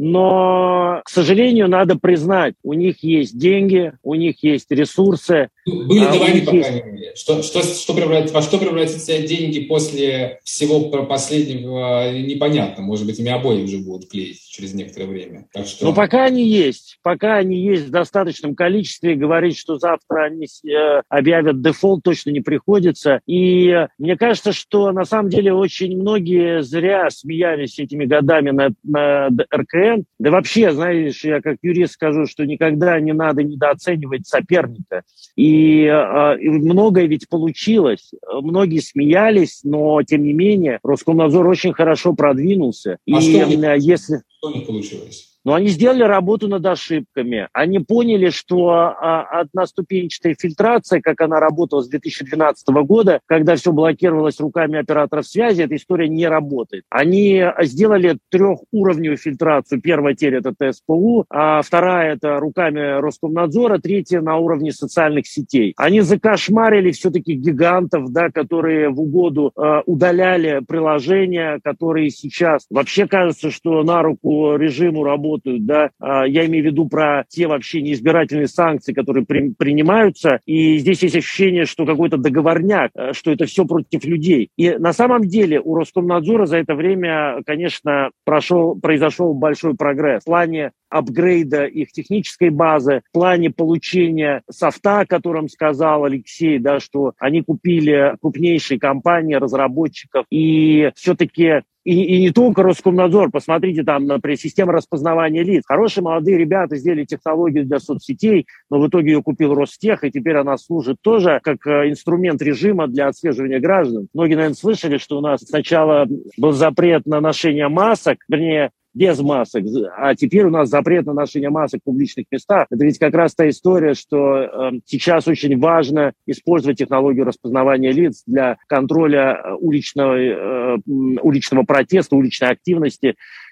но, к сожалению, надо признать, у них есть деньги, у них есть ресурсы. Были а до войны, по есть... крайней мере. Что, что, что превратит, во что превратятся деньги после всего последнего, непонятно. Может быть, ими обои уже будут клеить через некоторое время. Так что... Но пока они есть, пока они есть в достаточном количестве, говорить, что завтра они э, объявят дефолт, точно не приходится. И мне кажется, что на самом деле очень многие зря смеялись этими годами на, на эр ка эн. Да вообще, знаешь, я как юрист скажу, что никогда не надо недооценивать соперника. И, э, и многое ведь получилось. Многие смеялись, но тем не менее Роскомнадзор очень хорошо продвинулся. А и что, э, если... что не получилось? Но они сделали работу над ошибками. Они поняли, что а, одноступенчатая фильтрация, как она работала с две тысячи двенадцатого года, когда все блокировалось руками операторов связи, эта история не работает. Они сделали трехуровневую фильтрацию. Первая теперь это тэ эс пэ у, а вторая это руками Роскомнадзора, третья на уровне социальных сетей. Они закошмарили все-таки гигантов, да, которые в угоду э, удаляли приложения, которые сейчас вообще кажется, что на руку режиму работают. Да, я имею в виду про те вообще неизбирательные санкции, которые при, принимаются, и здесь есть ощущение, что какой-то договорняк, что это все против людей. И на самом деле у Роскомнадзора за это время, конечно, прошел, произошел большой прогресс в плане апгрейда их технической базы, в плане получения софта, о котором сказал Алексей, да, что они купили крупнейшие компании разработчиков, и все-таки И, и не только Роскомнадзор, посмотрите там, например, система распознавания лиц. Хорошие молодые ребята сделали технологию для соцсетей, но в итоге ее купил Ростех, и теперь она служит тоже как инструмент режима для отслеживания граждан. Многие, наверное, слышали, что у нас сначала был запрет на ношение масок, вернее, без масок, а теперь у нас запрет на ношение масок в публичных местах. Это ведь как раз та история, что э, сейчас очень важно использовать технологию распознавания лиц для контроля уличного, э, уличного протеста, уличной активности.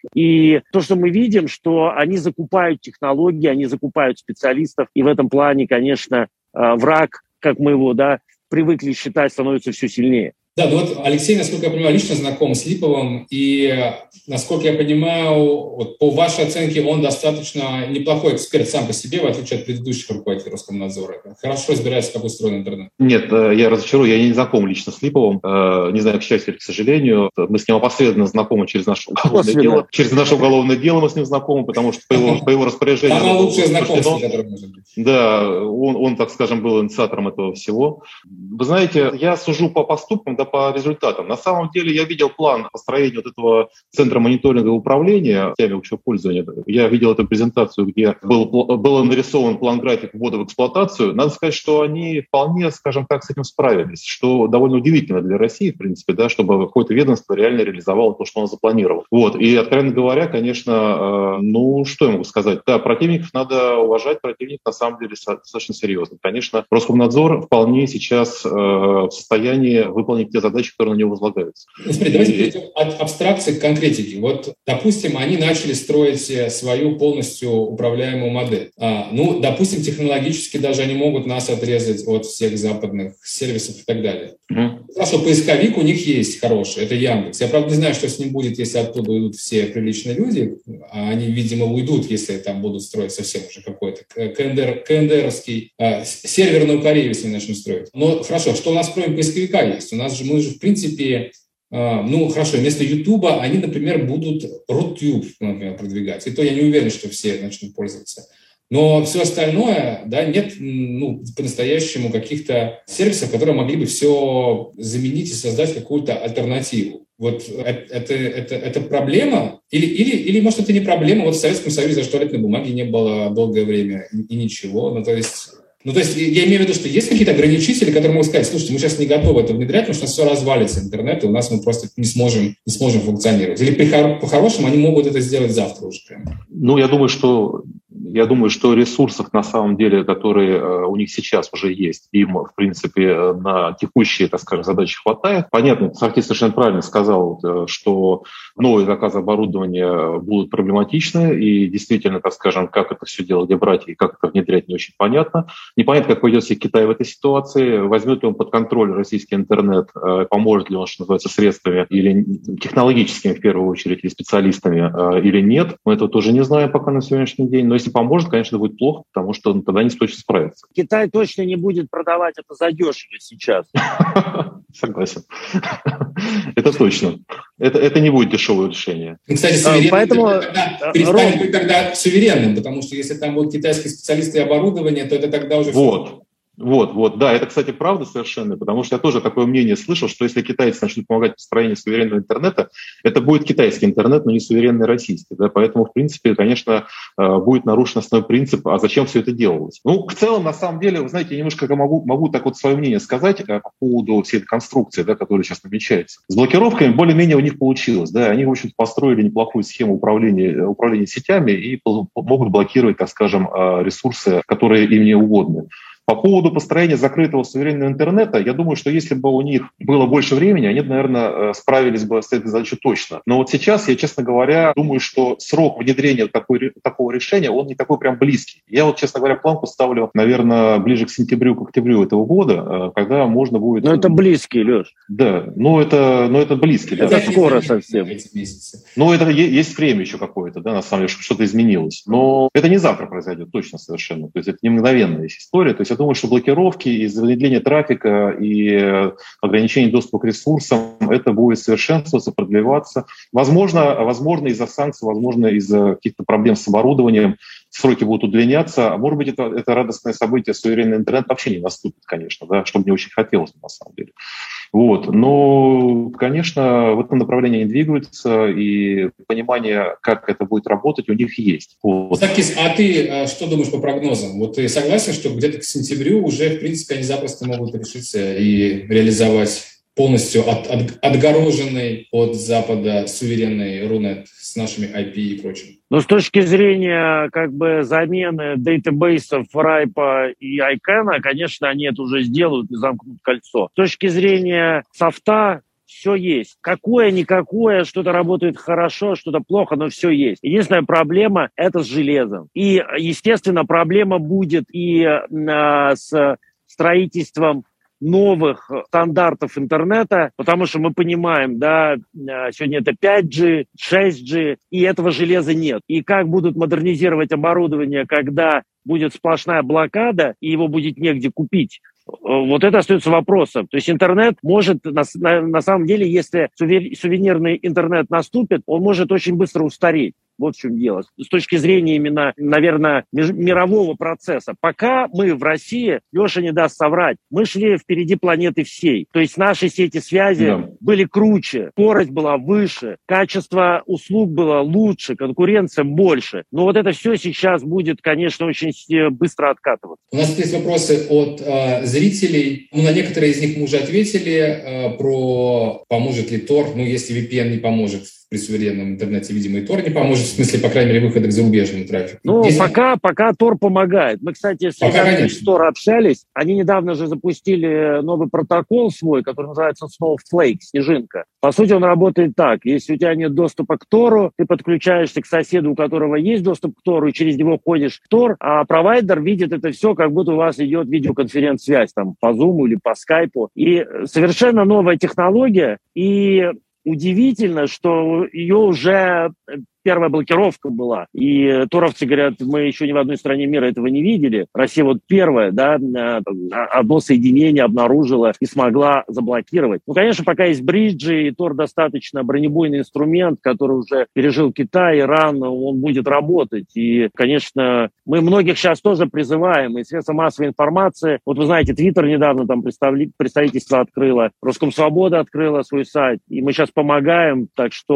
И то, что мы видим, что они закупают технологии, они закупают специалистов, и в этом плане, конечно, э, враг, как мы его, да, привыкли считать, становится все сильнее. Да, ну вот Алексей, насколько я понимаю, лично знаком с Липовым, и, насколько я понимаю, вот по вашей оценке, он достаточно неплохой эксперт сам по себе, в отличие от предыдущих руководителей Роскомнадзора. Хорошо разбирается, как устроен интернет. Нет, я разочарую, я не знаком лично с Липовым, не знаю, к счастью или к сожалению. Мы с ним опосредованно знакомы через наше уголовное дело. Через наше уголовное дело мы с ним знакомы, потому что по его, по его распоряжению... Самое лучшее знакомство, которое может быть. Да, он, он, так скажем, был инициатором этого всего. Вы знаете, я сужу по поступкам, да, по результатам. На самом деле я видел план построения вот этого центра мониторинга и управления системами общего пользования. Я видел эту презентацию, где был, был нарисован план-график ввода в эксплуатацию. Надо сказать, что они вполне, скажем так, с этим справились, что довольно удивительно для России, в принципе, да, чтобы какое-то ведомство реально реализовало то, что оно запланировало. Вот. И, откровенно говоря, конечно, э, ну, что я могу сказать? Да, противников надо уважать, противник на самом деле достаточно серьезный. Конечно, Роскомнадзор вполне сейчас э, в состоянии выполнить те задачи, которые на него возлагаются. Смотри, давайте перейдем от абстракции к конкретике. Вот, допустим, они начали строить свою полностью управляемую модель. А, ну, допустим, технологически даже они могут нас отрезать от всех западных сервисов и так далее. Mm-hmm. Хорошо, поисковик у них есть хороший, это Яндекс. Я, правда, не знаю, что с ним будет, если оттуда уйдут все приличные люди. А они, видимо, уйдут, если там будут строить совсем уже какой-то КНДР, КНДРовский а, серверную Корею, если начнут строить. Но хорошо, что у нас кроме поисковика есть? У нас же мы же в принципе, ну, хорошо, вместо Ютуба они, например, будут Рутюб, например, продвигать. И то я не уверен, что все начнут пользоваться. Но все остальное, да, нет, ну, по-настоящему каких-то сервисов, которые могли бы все заменить и создать какую-то альтернативу. Вот это, это, это проблема? Или, или, или, может, это не проблема? Вот в Советском Союзе даже туалетной бумаги не было долгое время и, и ничего. Ну, то есть... Ну, то есть я имею в виду, что есть какие-то ограничители, которые могут сказать, слушайте, мы сейчас не готовы это внедрять, потому что у нас все развалится интернет, и у нас мы просто не сможем, не сможем функционировать. Или по-хорошему они могут это сделать завтра уже прямо. Ну, я думаю, что Я думаю, что ресурсов, на самом деле, которые э, у них сейчас уже есть, им, в принципе, на текущие, так скажем, задачи хватает. Понятно, Саркис совершенно правильно сказал, э, что новые заказы оборудования будут проблематичны, и действительно, так скажем, как это все дело, где брать и как это внедрять, не очень понятно. Непонятно, как поведет себя Китай в этой ситуации, возьмет ли он под контроль российский интернет, э, поможет ли он, что называется, средствами или технологическими, в первую очередь, или специалистами, э, или нет. Мы этого тоже не знаем пока на сегодняшний день, но если поможет, конечно, будет плохо, потому что он тогда не точно справится. Китай точно не будет продавать это задешево сейчас. Согласен. Это точно. Это, это не будет дешевое решение. Кстати, суверенным Поэтому... тогда перестанет быть тогда суверенным, потому что если там будут китайские специалисты и оборудование, то это тогда уже... Вот. Вот, вот, да, это, кстати, правда совершенно, потому что я тоже такое мнение слышал, что если китайцы начнут помогать в построении суверенного интернета, это будет китайский интернет, но не суверенный российский, да, поэтому, в принципе, конечно, будет нарушен основной принцип, а зачем все это делалось? Ну, в целом, на самом деле, вы знаете, я немножко могу, могу так вот свое мнение сказать по поводу всей этой конструкции, да, которая сейчас намечается. С блокировками более-менее у них получилось, да, они, в общем-то, построили неплохую схему управления, управления сетями и могут блокировать, так скажем, ресурсы, которые им не угодны. По поводу построения закрытого суверенного интернета, я думаю, что если бы у них было больше времени, они, наверное, справились бы с этой задачей точно. Но вот сейчас, я, честно говоря, думаю, что срок внедрения такой, такого решения, он не такой прям близкий. Я вот, честно говоря, планку ставлю, наверное, ближе к сентябрю, к октябрю этого года, когда можно будет... Ну, это близкий, Леш. Да, ну это, ну, это близкий. Это да. скоро совсем. Ну, это есть время еще какое-то, да, на самом деле, чтобы что-то изменилось. Но это не завтра произойдет, точно совершенно. То есть это не мгновенная история. То есть я думаю, что блокировки и замедление трафика и ограничение доступа к ресурсам, это будет совершенствоваться, продлеваться. Возможно, возможно из-за санкций, возможно, из-за каких-то проблем с оборудованием сроки будут удлиняться. А может быть, это, это радостное событие, суверенный интернет вообще не наступит, конечно, да, что мне очень хотелось на самом деле. Вот. Но, конечно, в этом направлении они двигаются, и понимание, как это будет работать, у них есть. Вот. Саркис, а ты что думаешь по прогнозам? Вот ты согласен, что где-то к сентябрю уже, в принципе, они запросто могут решиться и реализовать полностью от, от, отгороженный от Запада суверенный Рунет с нашими ай пи и прочим? Но с точки зрения как бы замены дейтабейсов Райпа и Айкена, конечно, они это уже сделают и замкнут кольцо. С точки зрения софта все есть. Какое-никакое, что-то работает хорошо, что-то плохо, но все есть. Единственная проблема – это с железом. И, естественно, проблема будет и а, с строительством новых стандартов интернета, потому что мы понимаем, да, сегодня это пять джи, шесть джи, и этого железа нет. И как будут модернизировать оборудование, когда будет сплошная блокада, и его будет негде купить? Вот это остается вопросом. То есть интернет может, на, на, на самом деле, если сувенирный интернет наступит, он может очень быстро устареть. Вот в чем дело. С точки зрения именно, наверное, мирового процесса. Пока мы в России, Леша не даст соврать, мы шли впереди планеты всей. То есть наши сети связи yeah. были круче, скорость была выше, качество услуг было лучше, конкуренция больше. Но вот это все сейчас будет, конечно, очень быстро откатываться. У нас есть вопросы от э, зрителей. Ну, на некоторые из них мы уже ответили э, про поможет ли Тор. Ну, если ви пи эн не поможет при суверенном интернете, видимо, и Тор не поможет, в смысле, по крайней мере, выхода к зарубежному трафику. Ну, Если... пока, пока Тор помогает. Мы, кстати, с ребятами с Тор общались. Они недавно же запустили новый протокол свой, который называется Snowflake, снежинка. По сути, он работает так. Если у тебя нет доступа к Тору, ты подключаешься к соседу, у которого есть доступ к Тору, и через него ходишь в Тор, а провайдер видит это все, как будто у вас идет видеоконференц-связь там по Zoom или по Skype. И совершенно новая технология, и удивительно, что ее уже первая блокировка была. И торовцы говорят, мы еще ни в одной стране мира этого не видели. Россия вот первая, да, одно соединение обнаружила и смогла заблокировать. Ну, конечно, пока есть бриджи, и Тор достаточно бронебойный инструмент, который уже пережил Китай, Иран, он будет работать. И, конечно, мы многих сейчас тоже призываем, и средства массовой информации. Вот вы знаете, Твиттер недавно там представительство открыло, Роскомсвобода открыла свой сайт, и мы сейчас помогаем, так что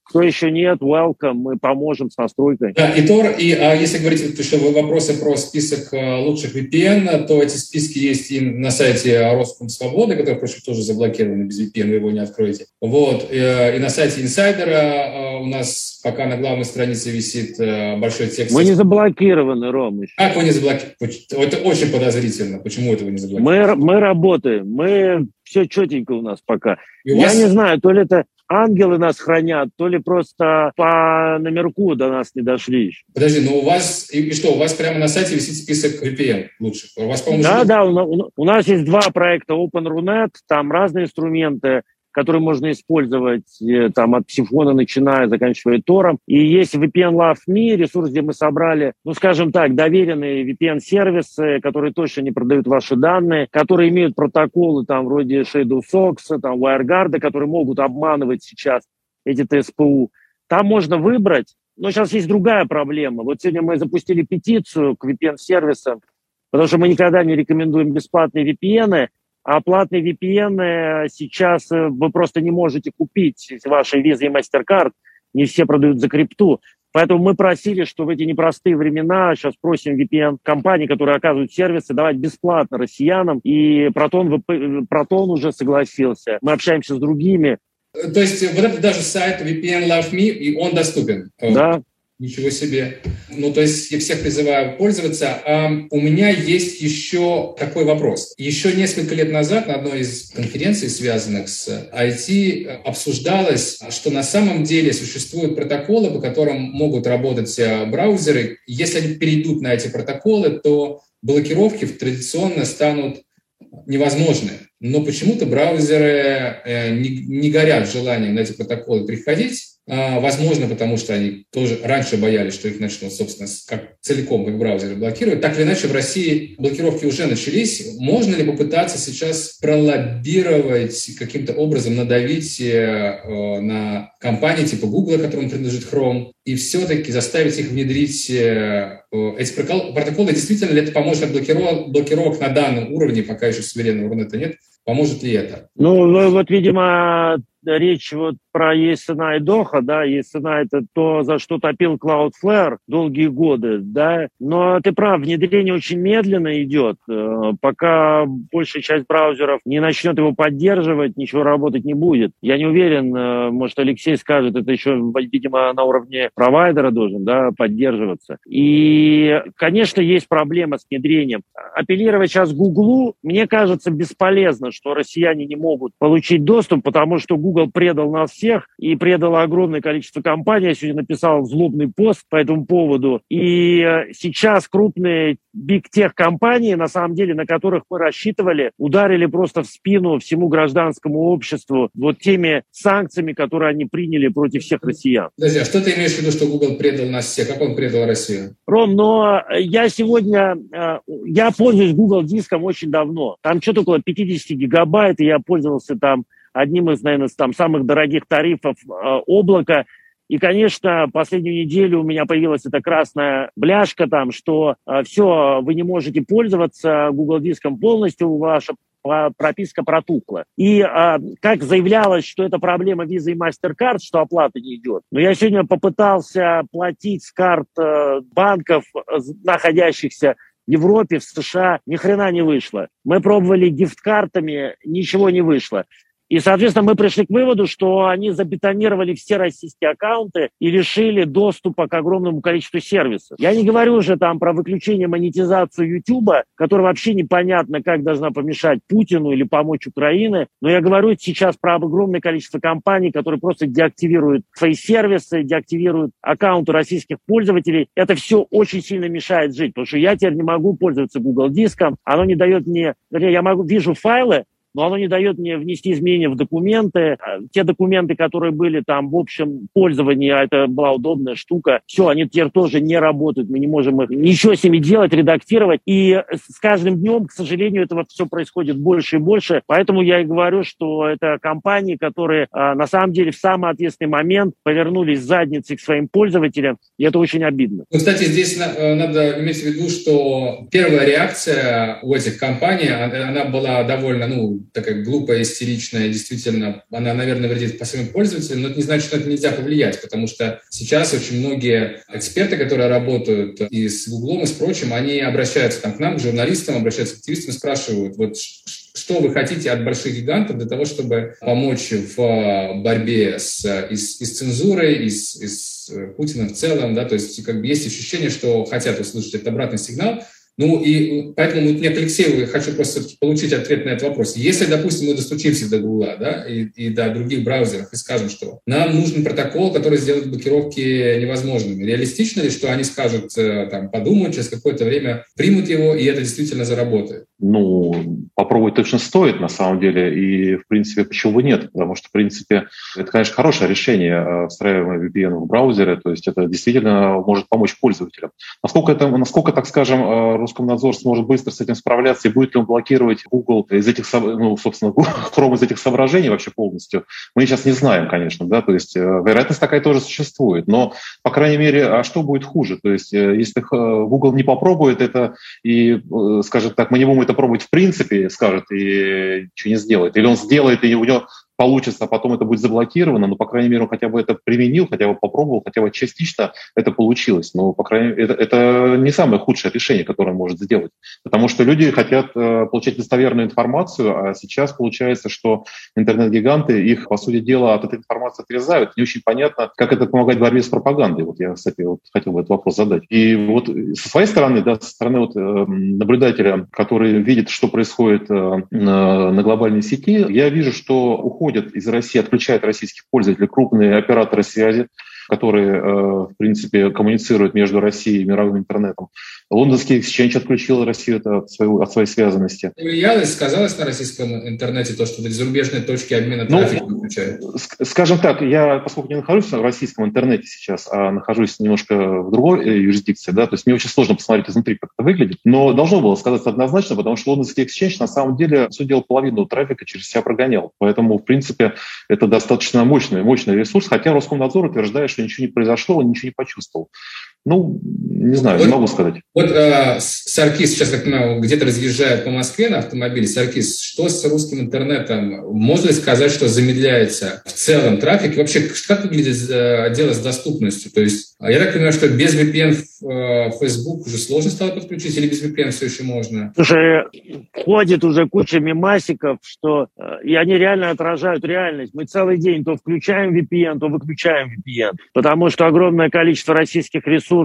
Кто еще нет, welcome, мы поможем с настройкой. Да, и Тор, и а, если говорить что вопросы про список а, лучших ви пи эн, то эти списки есть и на сайте Роскомсвободы, который, впрочем, тоже заблокирован, без ви пи эн вы его не откроете. Вот, и, и на сайте Инсайдера а, у нас пока на главной странице висит а, большой текст. Мы не заблокированы, Ром. Еще. Как вы не заблокированы? Это очень подозрительно. Почему это вы не заблокированы? Мы, мы работаем, мы все четенько у нас пока. Я вас... не знаю, то ли это ангелы нас хранят, то ли просто по номерку до нас не дошли еще. Подожди, ну у вас, и, и что, у вас прямо на сайте висит список ви пи эн лучших? У вас, по-моему, да, уже... да, у, у нас есть два проекта OpenRunet, там разные инструменты, которые можно использовать там, от Псифона начиная, заканчивая Тором. И есть ви пи эн Love Me, ресурс, где мы собрали, ну, скажем так, доверенные ви пи эн-сервисы, которые точно не продают ваши данные, которые имеют протоколы там вроде ShadowSox, там, WireGuard, которые могут обманывать сейчас эти тэ эс пэ у. Там можно выбрать, но сейчас есть другая проблема. Вот сегодня мы запустили петицию к ви пи эн-сервисам, потому что мы никогда не рекомендуем бесплатные ви пи эн, а платные ви пи эн сейчас вы просто не можете купить ваши Visa и MasterCard. Не все продают за крипту. Поэтому мы просили, что в эти непростые времена сейчас просим ви пи эн-компании, которые оказывают сервисы, давать бесплатно россиянам. И Протон, Протон уже согласился. Мы общаемся с другими. То есть вот это даже сайт ви пи эн Love Me, и он доступен? Да. Ничего себе. Ну, то есть я всех призываю пользоваться. А у меня есть еще такой вопрос. Еще несколько лет назад на одной из конференций, связанных с ай ти, обсуждалось, что на самом деле существуют протоколы, по которым могут работать браузеры. Если они перейдут на эти протоколы, то блокировки традиционно станут невозможны. Но почему-то браузеры не, не горят желанием на эти протоколы приходить. Возможно, потому что они тоже раньше боялись, что их начнут, собственно, как целиком как браузеры блокировать. Так или иначе, в России блокировки уже начались. Можно ли попытаться сейчас пролоббировать, каким-то образом надавить э, на компании типа Google, которому принадлежит Chrome, и все-таки заставить их внедрить э, эти протоколы? Действительно ли это поможет от блокировок, блокировок на данном уровне, пока еще суверенного Рунета нет? Поможет ли это? Ну, вот, видимо, речь вот про Есена и Доха, да, Есена — это то, за что топил Cloudflare долгие годы, да, но ты прав, внедрение очень медленно идет, пока большая часть браузеров не начнет его поддерживать, ничего работать не будет. Я не уверен, может, Алексей скажет, это еще, видимо, на уровне провайдера должен, да, поддерживаться. И, конечно, есть проблема с внедрением. Апеллировать сейчас Гуглу, мне кажется, бесполезно, что россияне не могут получить доступ, потому что Google предал нас всех и предало огромное количество компаний. Я сегодня написал злобный пост по этому поводу. И сейчас крупные биг-тех-компании, на самом деле, на которых мы рассчитывали, ударили просто в спину всему гражданскому обществу вот теми санкциями, которые они приняли против всех россиян. Подожди, а что ты имеешь в виду, что Google предал нас всех? Как он предал Россию? Ром, но я сегодня, я пользуюсь Google Диском очень давно. Там что-то около пятьдесят гигабайт, и я пользовался там одним из, наверное, там, самых дорогих тарифов э, облака. И, конечно, последнюю неделю у меня появилась эта красная бляшка, там, что э, все, вы не можете пользоваться Google Диском полностью, ваша прописка протухла. И э, как заявлялось, что это проблема Visa и MasterCard, что оплата не идет. Но я сегодня попытался платить с карт э, банков, э, находящихся в Европе, в США, ни хрена не вышло. Мы пробовали гифт-картами, ничего не вышло. И, соответственно, мы пришли к выводу, что они забетонировали все российские аккаунты и лишили доступа к огромному количеству сервисов. Я не говорю уже там про выключение монетизацию Ютуба, которая вообще непонятно, как должна помешать Путину или помочь Украине. Но я говорю сейчас про огромное количество компаний, которые просто деактивируют свои сервисы, деактивируют аккаунты российских пользователей. Это все очень сильно мешает жить, потому что я теперь не могу пользоваться Google Диском. Оно не дает мне... Я могу, вижу файлы, но оно не дает мне внести изменения в документы. Те документы, которые были там в общем пользовании, а это была удобная штука, все, они теперь тоже не работают, мы не можем их ничего с ними делать, редактировать. И с каждым днем, к сожалению, этого все происходит больше и больше. Поэтому я и говорю, что это компании, которые на самом деле в самый ответственный момент повернулись задницей к своим пользователям, и это очень обидно. Ну, кстати, здесь надо иметь в виду, что первая реакция у этих компаний, она была довольно, ну, такая глупая, истеричная, действительно, она, наверное, вредит по своим пользователям, но это не значит, что это нельзя повлиять, потому что сейчас очень многие эксперты, которые работают и с Гуглом, и с прочим, они обращаются там, к нам, к журналистам, обращаются к активистам и спрашивают, вот что вы хотите от больших гигантов для того, чтобы помочь в борьбе с, и с, и с цензурой, и с, и с Путиным в целом, да, то есть как бы есть ощущение, что хотят услышать этот обратный сигнал. Ну и поэтому мне к Алексею хочу просто получить ответ на этот вопрос. Если, допустим, мы достучимся до Гугла, да, и, и до других браузеров и скажем, что нам нужен протокол, который сделает блокировки невозможными, реалистично ли, что они скажут, там, подумают, через какое-то время примут его, и это действительно заработает? Ну, попробовать точно стоит, на самом деле, и, в принципе, почему бы нет? Потому что, в принципе, это, конечно, хорошее решение, встраиваемое ви пи эн в браузеры, то есть это действительно может помочь пользователям. Насколько, это, насколько так скажем, Роскомнадзор сможет быстро с этим справляться, и будет ли он блокировать Google из этих, ну, собственно, Chrome из этих соображений вообще полностью, мы сейчас не знаем, конечно, да, то есть вероятность такая тоже существует, но, по крайней мере, а что будет хуже? То есть если Google не попробует это и, скажет так, мы не будем это пробовать в принципе, скажет, и ничего не сделает, или он сделает, и у него получится, а потом это будет заблокировано, но, по крайней мере, он хотя бы это применил, хотя бы попробовал, хотя бы частично это получилось. Но, по крайней мере, это, это не самое худшее решение, которое он может сделать. Потому что люди хотят э, получать достоверную информацию, а сейчас получается, что интернет-гиганты их, по сути дела, от этой информации отрезают. Не очень понятно, как это помогает в борьбе с пропагандой. Вот я, кстати, вот хотел бы этот вопрос задать. И вот со своей стороны, да, со стороны вот, э, наблюдателя, который видит, что происходит э, на, на глобальной сети, я вижу, что уходит уходят из России, отключают российских пользователей крупные операторы связи, которые, в принципе, коммуницируют между Россией и мировым интернетом. Лондонский Exchange отключил Россию от своей, от своей связанности. Влиялось, сказалось на российском интернете то, что зарубежные точки обмена трафиком ну, включают? Скажем так, я, поскольку не нахожусь в российском интернете сейчас, а нахожусь немножко в другой юрисдикции, да, то есть мне очень сложно посмотреть изнутри, как это выглядит, но должно было сказаться однозначно, потому что Лондонский Exchange на самом деле все делал половину трафика через себя прогонял. Поэтому, в принципе, это достаточно мощный, мощный ресурс, хотя Роскомнадзор утверждает, что ничего не произошло, он ничего не почувствовал. Ну, не знаю, вот, не могу сказать. Вот э, Саркис сейчас, как понимаю, где-то разъезжает по Москве на автомобиле. Саркис, что с русским интернетом? Можно ли сказать, что замедляется в целом трафик? И вообще, как выглядит э, дело с доступностью? То есть, я так понимаю, что без ви пи эн э, Facebook уже сложно стало подключить, или без ви пи эн все еще можно? Слушай, ходит уже куча мемасиков, что э, и они реально отражают реальность. Мы целый день то включаем ви пи эн, то выключаем ви пи эн, потому что огромное количество российских ресурсов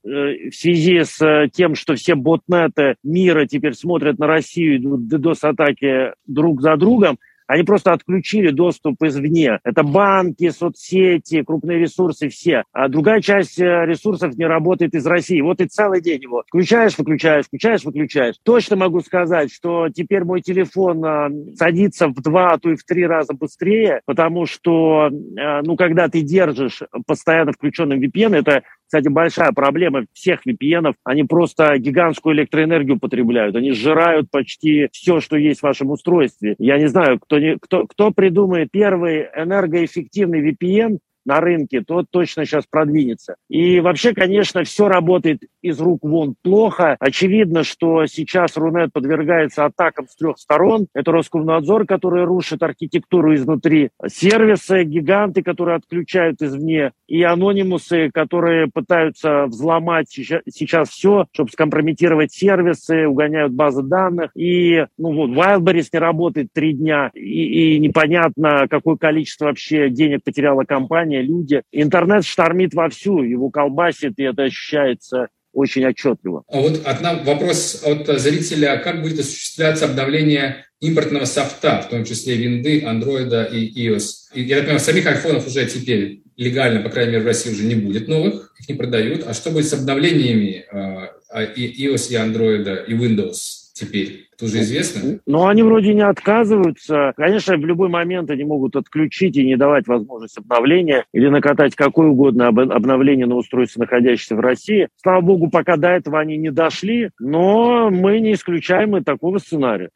в связи с тем, что все ботнеты мира теперь смотрят на Россию, идут ддос-атаки друг за другом, они просто отключили доступ извне. Это банки, соцсети, крупные ресурсы, все. А другая часть ресурсов не работает из России. Вот и целый день его включаешь, выключаешь, включаешь, выключаешь. Точно могу сказать, что теперь мой телефон садится в два, а то и в три раза быстрее, потому что, ну, когда ты держишь постоянно включенным ви пи эн, это, кстати, большая проблема всех ви пи эн-ов. Они просто гигантскую электроэнергию потребляют. Они сжирают почти все, что есть в вашем устройстве. Я не знаю, кто, не, кто, кто придумает первый энергоэффективный ви пи эн на рынке, тот точно сейчас продвинется. И вообще, конечно, все работает из рук вон плохо. Очевидно, что сейчас Рунет подвергается атакам с трех сторон. Это Роскомнадзор, который рушит архитектуру изнутри, сервисы, гиганты, которые отключают извне, и анонимусы, которые пытаются взломать сейчас все, чтобы скомпрометировать сервисы, угоняют базы данных. И ну вот, Wildberries не работает три дня, и, и непонятно, какое количество вообще денег потеряла компания, люди. Интернет штормит вовсю, его колбасит, и это ощущается очень отчетливо. А вот одна, вопрос от зрителя. Как будет осуществляться обновление импортного софта, в том числе винды, андроида и iOS? И, я так понимаю, самих айфонов уже теперь легально, по крайней мере, в России уже не будет новых, их не продают. А что будет с обновлениями э, и iOS, и андроида, и Windows теперь? Это уже известно? Ну, они вроде не отказываются. Конечно, в любой момент они могут отключить и не давать возможность обновления или накатать какое угодно обновление на устройство, находящееся в России. Слава богу, пока до этого они не дошли, но мы не исключаем и такого сценария.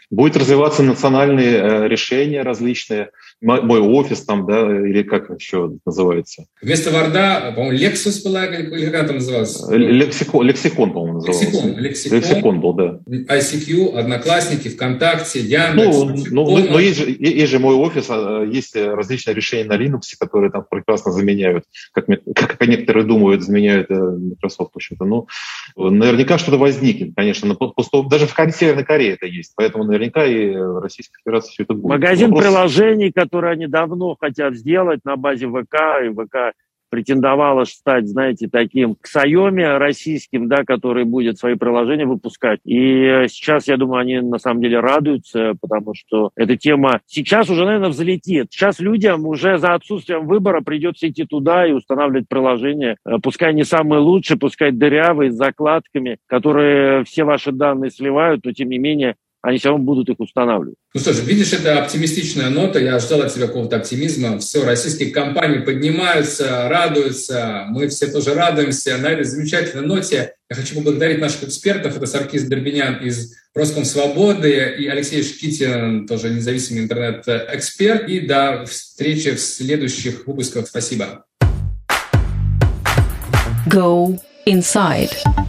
Будут развиваться национальные э, решения различные. Мой офис там, да, или как еще называется? Вместо Word, по-моему, Lexus была, или как там называлось? Лексикон, лексикон, по-моему, назывался. Лексикон, лексикон. Лексикон был, да. ай си кью, Одноклассники, ВКонтакте, Яндекс. Ну, ну, но есть же, есть же мой офис, есть различные решения на Linux, которые там прекрасно заменяют, как, как некоторые думают, заменяют Microsoft, в общем-то. Ну, наверняка что-то возникнет, конечно. Даже в Северной Корее это есть, поэтому наверняка и в Российской Федерации все это будет. Магазин Вопрос... приложений, которые они давно хотят сделать на базе ВК, и ВК претендовала стать, знаете, таким Xiaomi российским, да, который будет свои приложения выпускать. И сейчас, я думаю, они на самом деле радуются, потому что эта тема сейчас уже, наверное, взлетит. Сейчас людям уже за отсутствием выбора придется идти туда и устанавливать приложения. Пускай не самые лучшие, пускай дырявые, с закладками, которые все ваши данные сливают, но тем не менее они все равно будут их устанавливать. Ну что ж, видишь, это оптимистичная нота. Я ждал от тебя какого-то оптимизма. Все, российские компании поднимаются, радуются. Мы все тоже радуемся. На этой замечательной ноте я хочу поблагодарить наших экспертов. Это Саркис Дорбинян из Роскомсвободы и Алексей Шкитин, тоже независимый интернет-эксперт. И до встречи в следующих выпусках. Спасибо. Go inside.